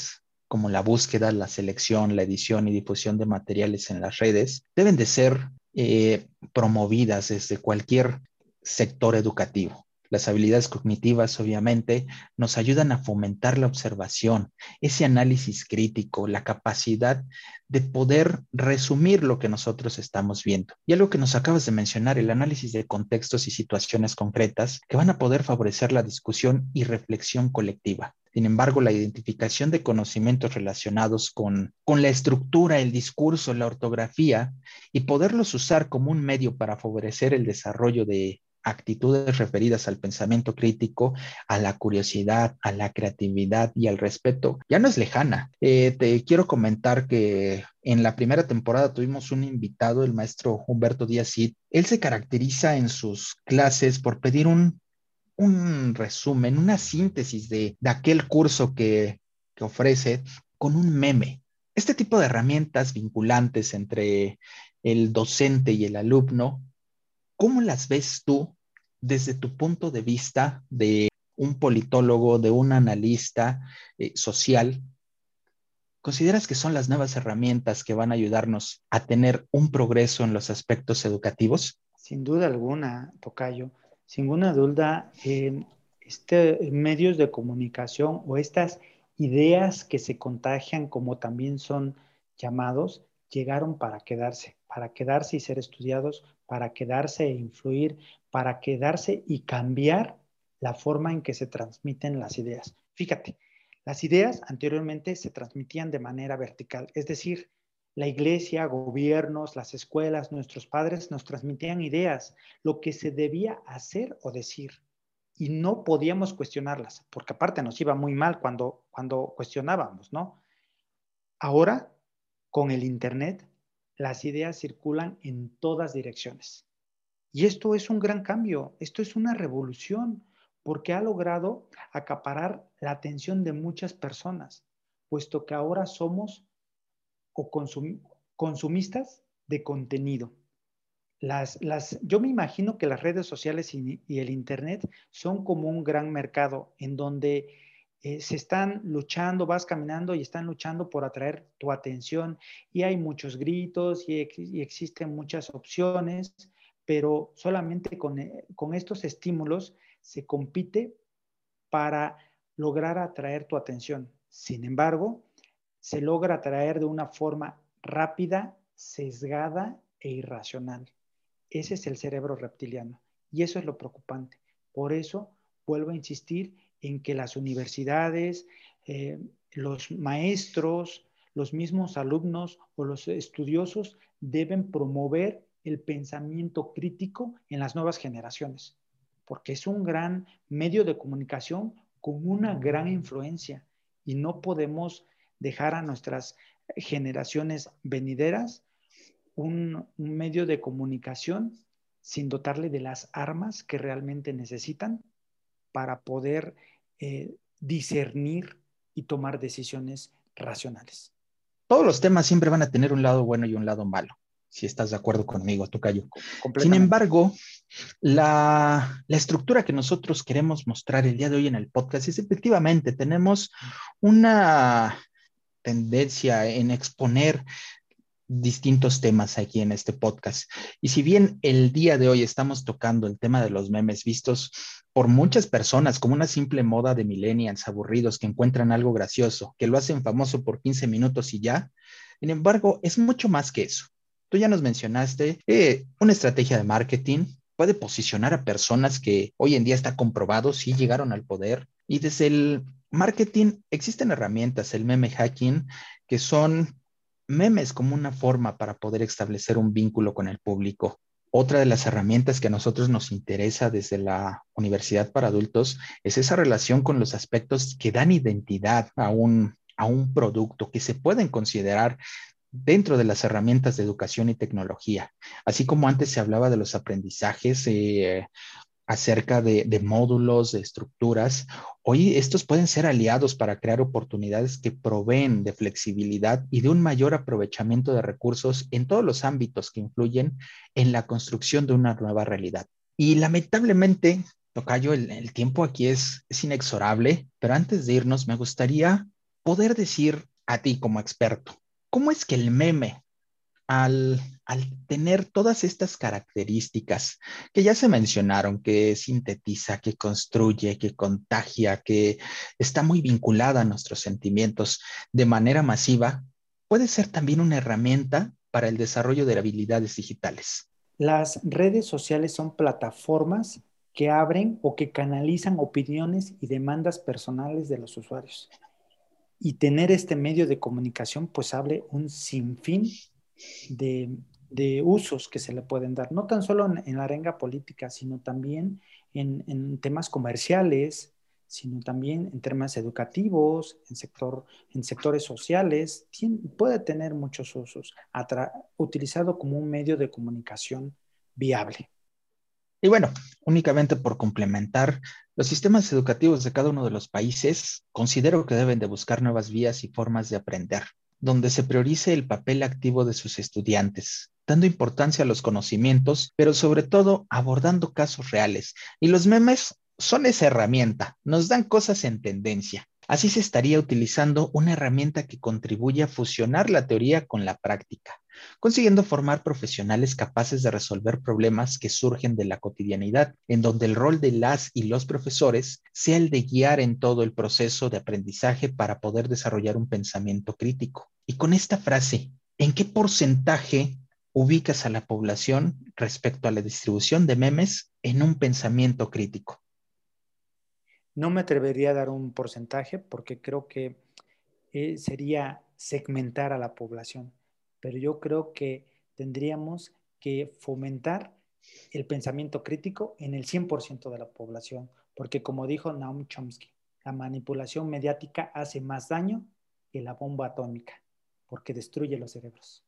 como la búsqueda, la selección, la edición y difusión de materiales en las redes, deben de ser eh, promovidas desde cualquier sector educativo. Las habilidades cognitivas, obviamente, nos ayudan a fomentar la observación, ese análisis crítico, la capacidad de poder resumir lo que nosotros estamos viendo. Y algo que nos acabas de mencionar, el análisis de contextos y situaciones concretas que van a poder favorecer la discusión y reflexión colectiva. Sin embargo, la identificación de conocimientos relacionados con, con la estructura, el discurso, la ortografía y poderlos usar como un medio para favorecer el desarrollo de actitudes referidas al pensamiento crítico, a la curiosidad, a la creatividad y al respeto, ya no es lejana. Eh, te quiero comentar que en la primera temporada tuvimos un invitado, el maestro Humberto Díaz Cid. Él se caracteriza en sus clases por pedir un un resumen, una síntesis de, de aquel curso que, que ofrece con un meme. Este tipo de herramientas vinculantes entre el docente y el alumno, ¿cómo las ves tú desde tu punto de vista de un politólogo, de un analista eh, social? ¿Consideras que son las nuevas herramientas que van a ayudarnos a tener un progreso en los aspectos educativos? Sin duda alguna, tocayo. Sin ninguna duda, eh, este, medios de comunicación o estas ideas que se contagian, como también son llamados, llegaron para quedarse, para quedarse y ser estudiados, para quedarse e influir, para quedarse y cambiar la forma en que se transmiten las ideas. Fíjate, las ideas anteriormente se transmitían de manera vertical, es decir, la iglesia, gobiernos, las escuelas, nuestros padres nos transmitían ideas, lo que se debía hacer o decir, y no podíamos cuestionarlas, porque aparte nos iba muy mal cuando, cuando cuestionábamos, ¿no? Ahora, con el Internet, las ideas circulan en todas direcciones. Y esto es un gran cambio, esto es una revolución, porque ha logrado acaparar la atención de muchas personas, puesto que ahora somos o consum, consumistas de contenido. Las, las, yo me imagino que las redes sociales y, y el Internet son como un gran mercado en donde eh, se están luchando, vas caminando y están luchando por atraer tu atención y hay muchos gritos y, ex, y existen muchas opciones, pero solamente con, con estos estímulos se compite para lograr atraer tu atención. Sin embargo, se logra atraer de una forma rápida, sesgada e irracional. Ese es el cerebro reptiliano y eso es lo preocupante. Por eso vuelvo a insistir en que las universidades, eh, los maestros, los mismos alumnos o los estudiosos deben promover el pensamiento crítico en las nuevas generaciones, porque es un gran medio de comunicación con una gran influencia y no podemos dejar a nuestras generaciones venideras un, un medio de comunicación sin dotarle de las armas que realmente necesitan para poder eh, discernir y tomar decisiones racionales. Todos los temas siempre van a tener un lado bueno y un lado malo, si estás de acuerdo conmigo, tocayo. Sin embargo, la, la estructura que nosotros queremos mostrar el día de hoy en el podcast es efectivamente, tenemos una tendencia en exponer distintos temas aquí en este podcast. Y si bien el día de hoy estamos tocando el tema de los memes vistos por muchas personas como una simple moda de millennials aburridos que encuentran algo gracioso, que lo hacen famoso por quince minutos y ya, sin embargo, es mucho más que eso. Tú ya nos mencionaste eh, una estrategia de marketing, puede posicionar a personas que hoy en día está comprobado, sí llegaron al poder, y desde el marketing existen herramientas, el meme hacking, que son memes como una forma para poder establecer un vínculo con el público. Otra de las herramientas que a nosotros nos interesa desde la Universidad para Adultos es esa relación con los aspectos que dan identidad a un, a un producto, que se pueden considerar dentro de las herramientas de educación y tecnología. Así como antes se hablaba de los aprendizajes eh, acerca de, de módulos, de estructuras, hoy estos pueden ser aliados para crear oportunidades que proveen de flexibilidad y de un mayor aprovechamiento de recursos en todos los ámbitos que influyen en la construcción de una nueva realidad. Y lamentablemente, tocayo, el, el tiempo aquí es, es inexorable, pero antes de irnos me gustaría poder decir a ti como experto, ¿cómo es que el meme, al, al tener todas estas características que ya se mencionaron, que sintetiza, que construye, que contagia, que está muy vinculada a nuestros sentimientos de manera masiva, puede ser también una herramienta para el desarrollo de habilidades digitales? Las redes sociales son plataformas que abren o que canalizan opiniones y demandas personales de los usuarios. Y tener este medio de comunicación pues abre un sinfín de, de usos que se le pueden dar, no tan solo en, en la arenga política, sino también en, en temas comerciales, sino también en temas educativos, en, sector, en sectores sociales. Tiene, puede tener muchos usos, atra, utilizado como un medio de comunicación viable. Y bueno, únicamente por complementar, los sistemas educativos de cada uno de los países considero que deben de buscar nuevas vías y formas de aprender, donde se priorice el papel activo de sus estudiantes, dando importancia a los conocimientos, pero sobre todo abordando casos reales. Y los memes son esa herramienta, nos dan cosas en tendencia. Así se estaría utilizando una herramienta que contribuye a fusionar la teoría con la práctica, consiguiendo formar profesionales capaces de resolver problemas que surgen de la cotidianidad, en donde el rol de las y los profesores sea el de guiar en todo el proceso de aprendizaje para poder desarrollar un pensamiento crítico. Y con esta frase, ¿en qué porcentaje ubicas a la población respecto a la distribución de memes en un pensamiento crítico? No me atrevería a dar un porcentaje porque creo que eh, sería segmentar a la población, pero yo creo que tendríamos que fomentar el pensamiento crítico en el cien por ciento de la población, porque como dijo Noam Chomsky, la manipulación mediática hace más daño que la bomba atómica, porque destruye los cerebros.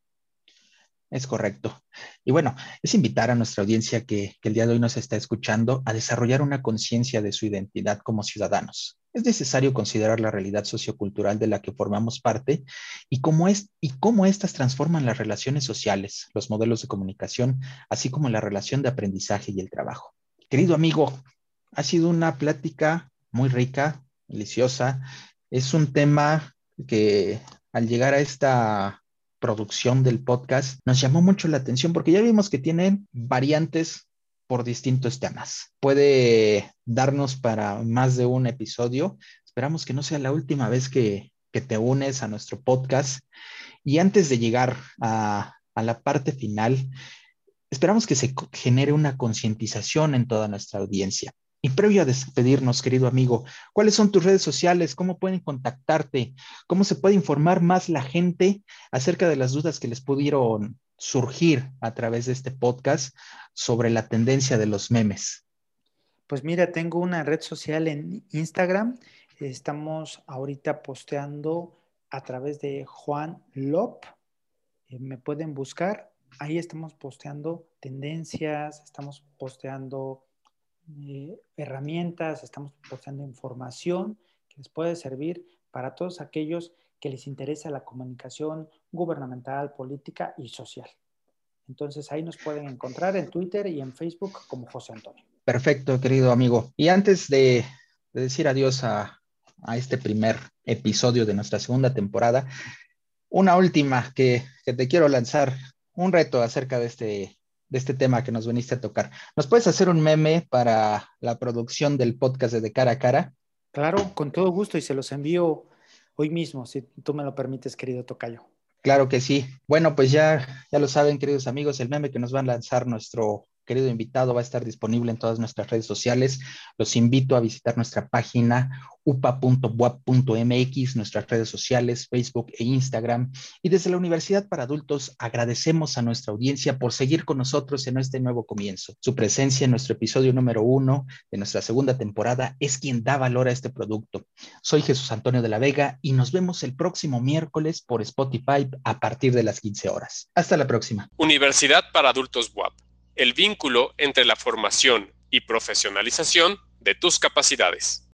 Es correcto. Y bueno, es invitar a nuestra audiencia que, que el día de hoy nos está escuchando a desarrollar una conciencia de su identidad como ciudadanos. Es necesario considerar la realidad sociocultural de la que formamos parte y cómo, es, y cómo éstas transforman las relaciones sociales, los modelos de comunicación, así como la relación de aprendizaje y el trabajo. Querido amigo, ha sido una plática muy rica, deliciosa. Es un tema que al llegar a esta producción del podcast nos llamó mucho la atención porque ya vimos que tienen variantes por distintos temas. Puede darnos para más de un episodio. Esperamos que no sea la última vez que, que te unes a nuestro podcast. Y antes de llegar a, a la parte final, esperamos que se genere una concientización en toda nuestra audiencia. Y previo a despedirnos, querido amigo, ¿cuáles son tus redes sociales? ¿Cómo pueden contactarte? ¿Cómo se puede informar más la gente acerca de las dudas que les pudieron surgir a través de este podcast sobre la tendencia de los memes? Pues mira, tengo una red social en Instagram. Estamos ahorita posteando a través de Juan Lop. Eh, me pueden buscar. Ahí estamos posteando tendencias, estamos posteando Eh, herramientas, estamos posteando información que les puede servir para todos aquellos que les interesa la comunicación gubernamental, política y social. Entonces ahí nos pueden encontrar en Twitter y en Facebook como José Antonio. Perfecto, querido amigo. Y antes de, de decir adiós a, a este primer episodio de nuestra segunda temporada, una última que, que te quiero lanzar, un reto acerca de este de este tema que nos viniste a tocar. ¿Nos puedes hacer un meme para la producción del podcast de De Cara a Cara? Claro, con todo gusto y se los envío hoy mismo, si tú me lo permites, querido tocayo. Claro que sí. Bueno, pues ya, ya lo saben, queridos amigos, el meme que nos va a lanzar nuestro querido invitado va a estar disponible en todas nuestras redes sociales. Los invito a visitar nuestra página u p a punto b u a p punto m x, nuestras redes sociales, Facebook e Instagram. Y desde la Universidad para Adultos agradecemos a nuestra audiencia por seguir con nosotros en este nuevo comienzo. Su presencia en nuestro episodio número uno de nuestra segunda temporada es quien da valor a este producto. Soy Jesús Antonio de la Vega y nos vemos el próximo miércoles por Spotify a partir de las quince horas. Hasta la próxima. Universidad para Adultos B U A P. El vínculo entre la formación y profesionalización de tus capacidades.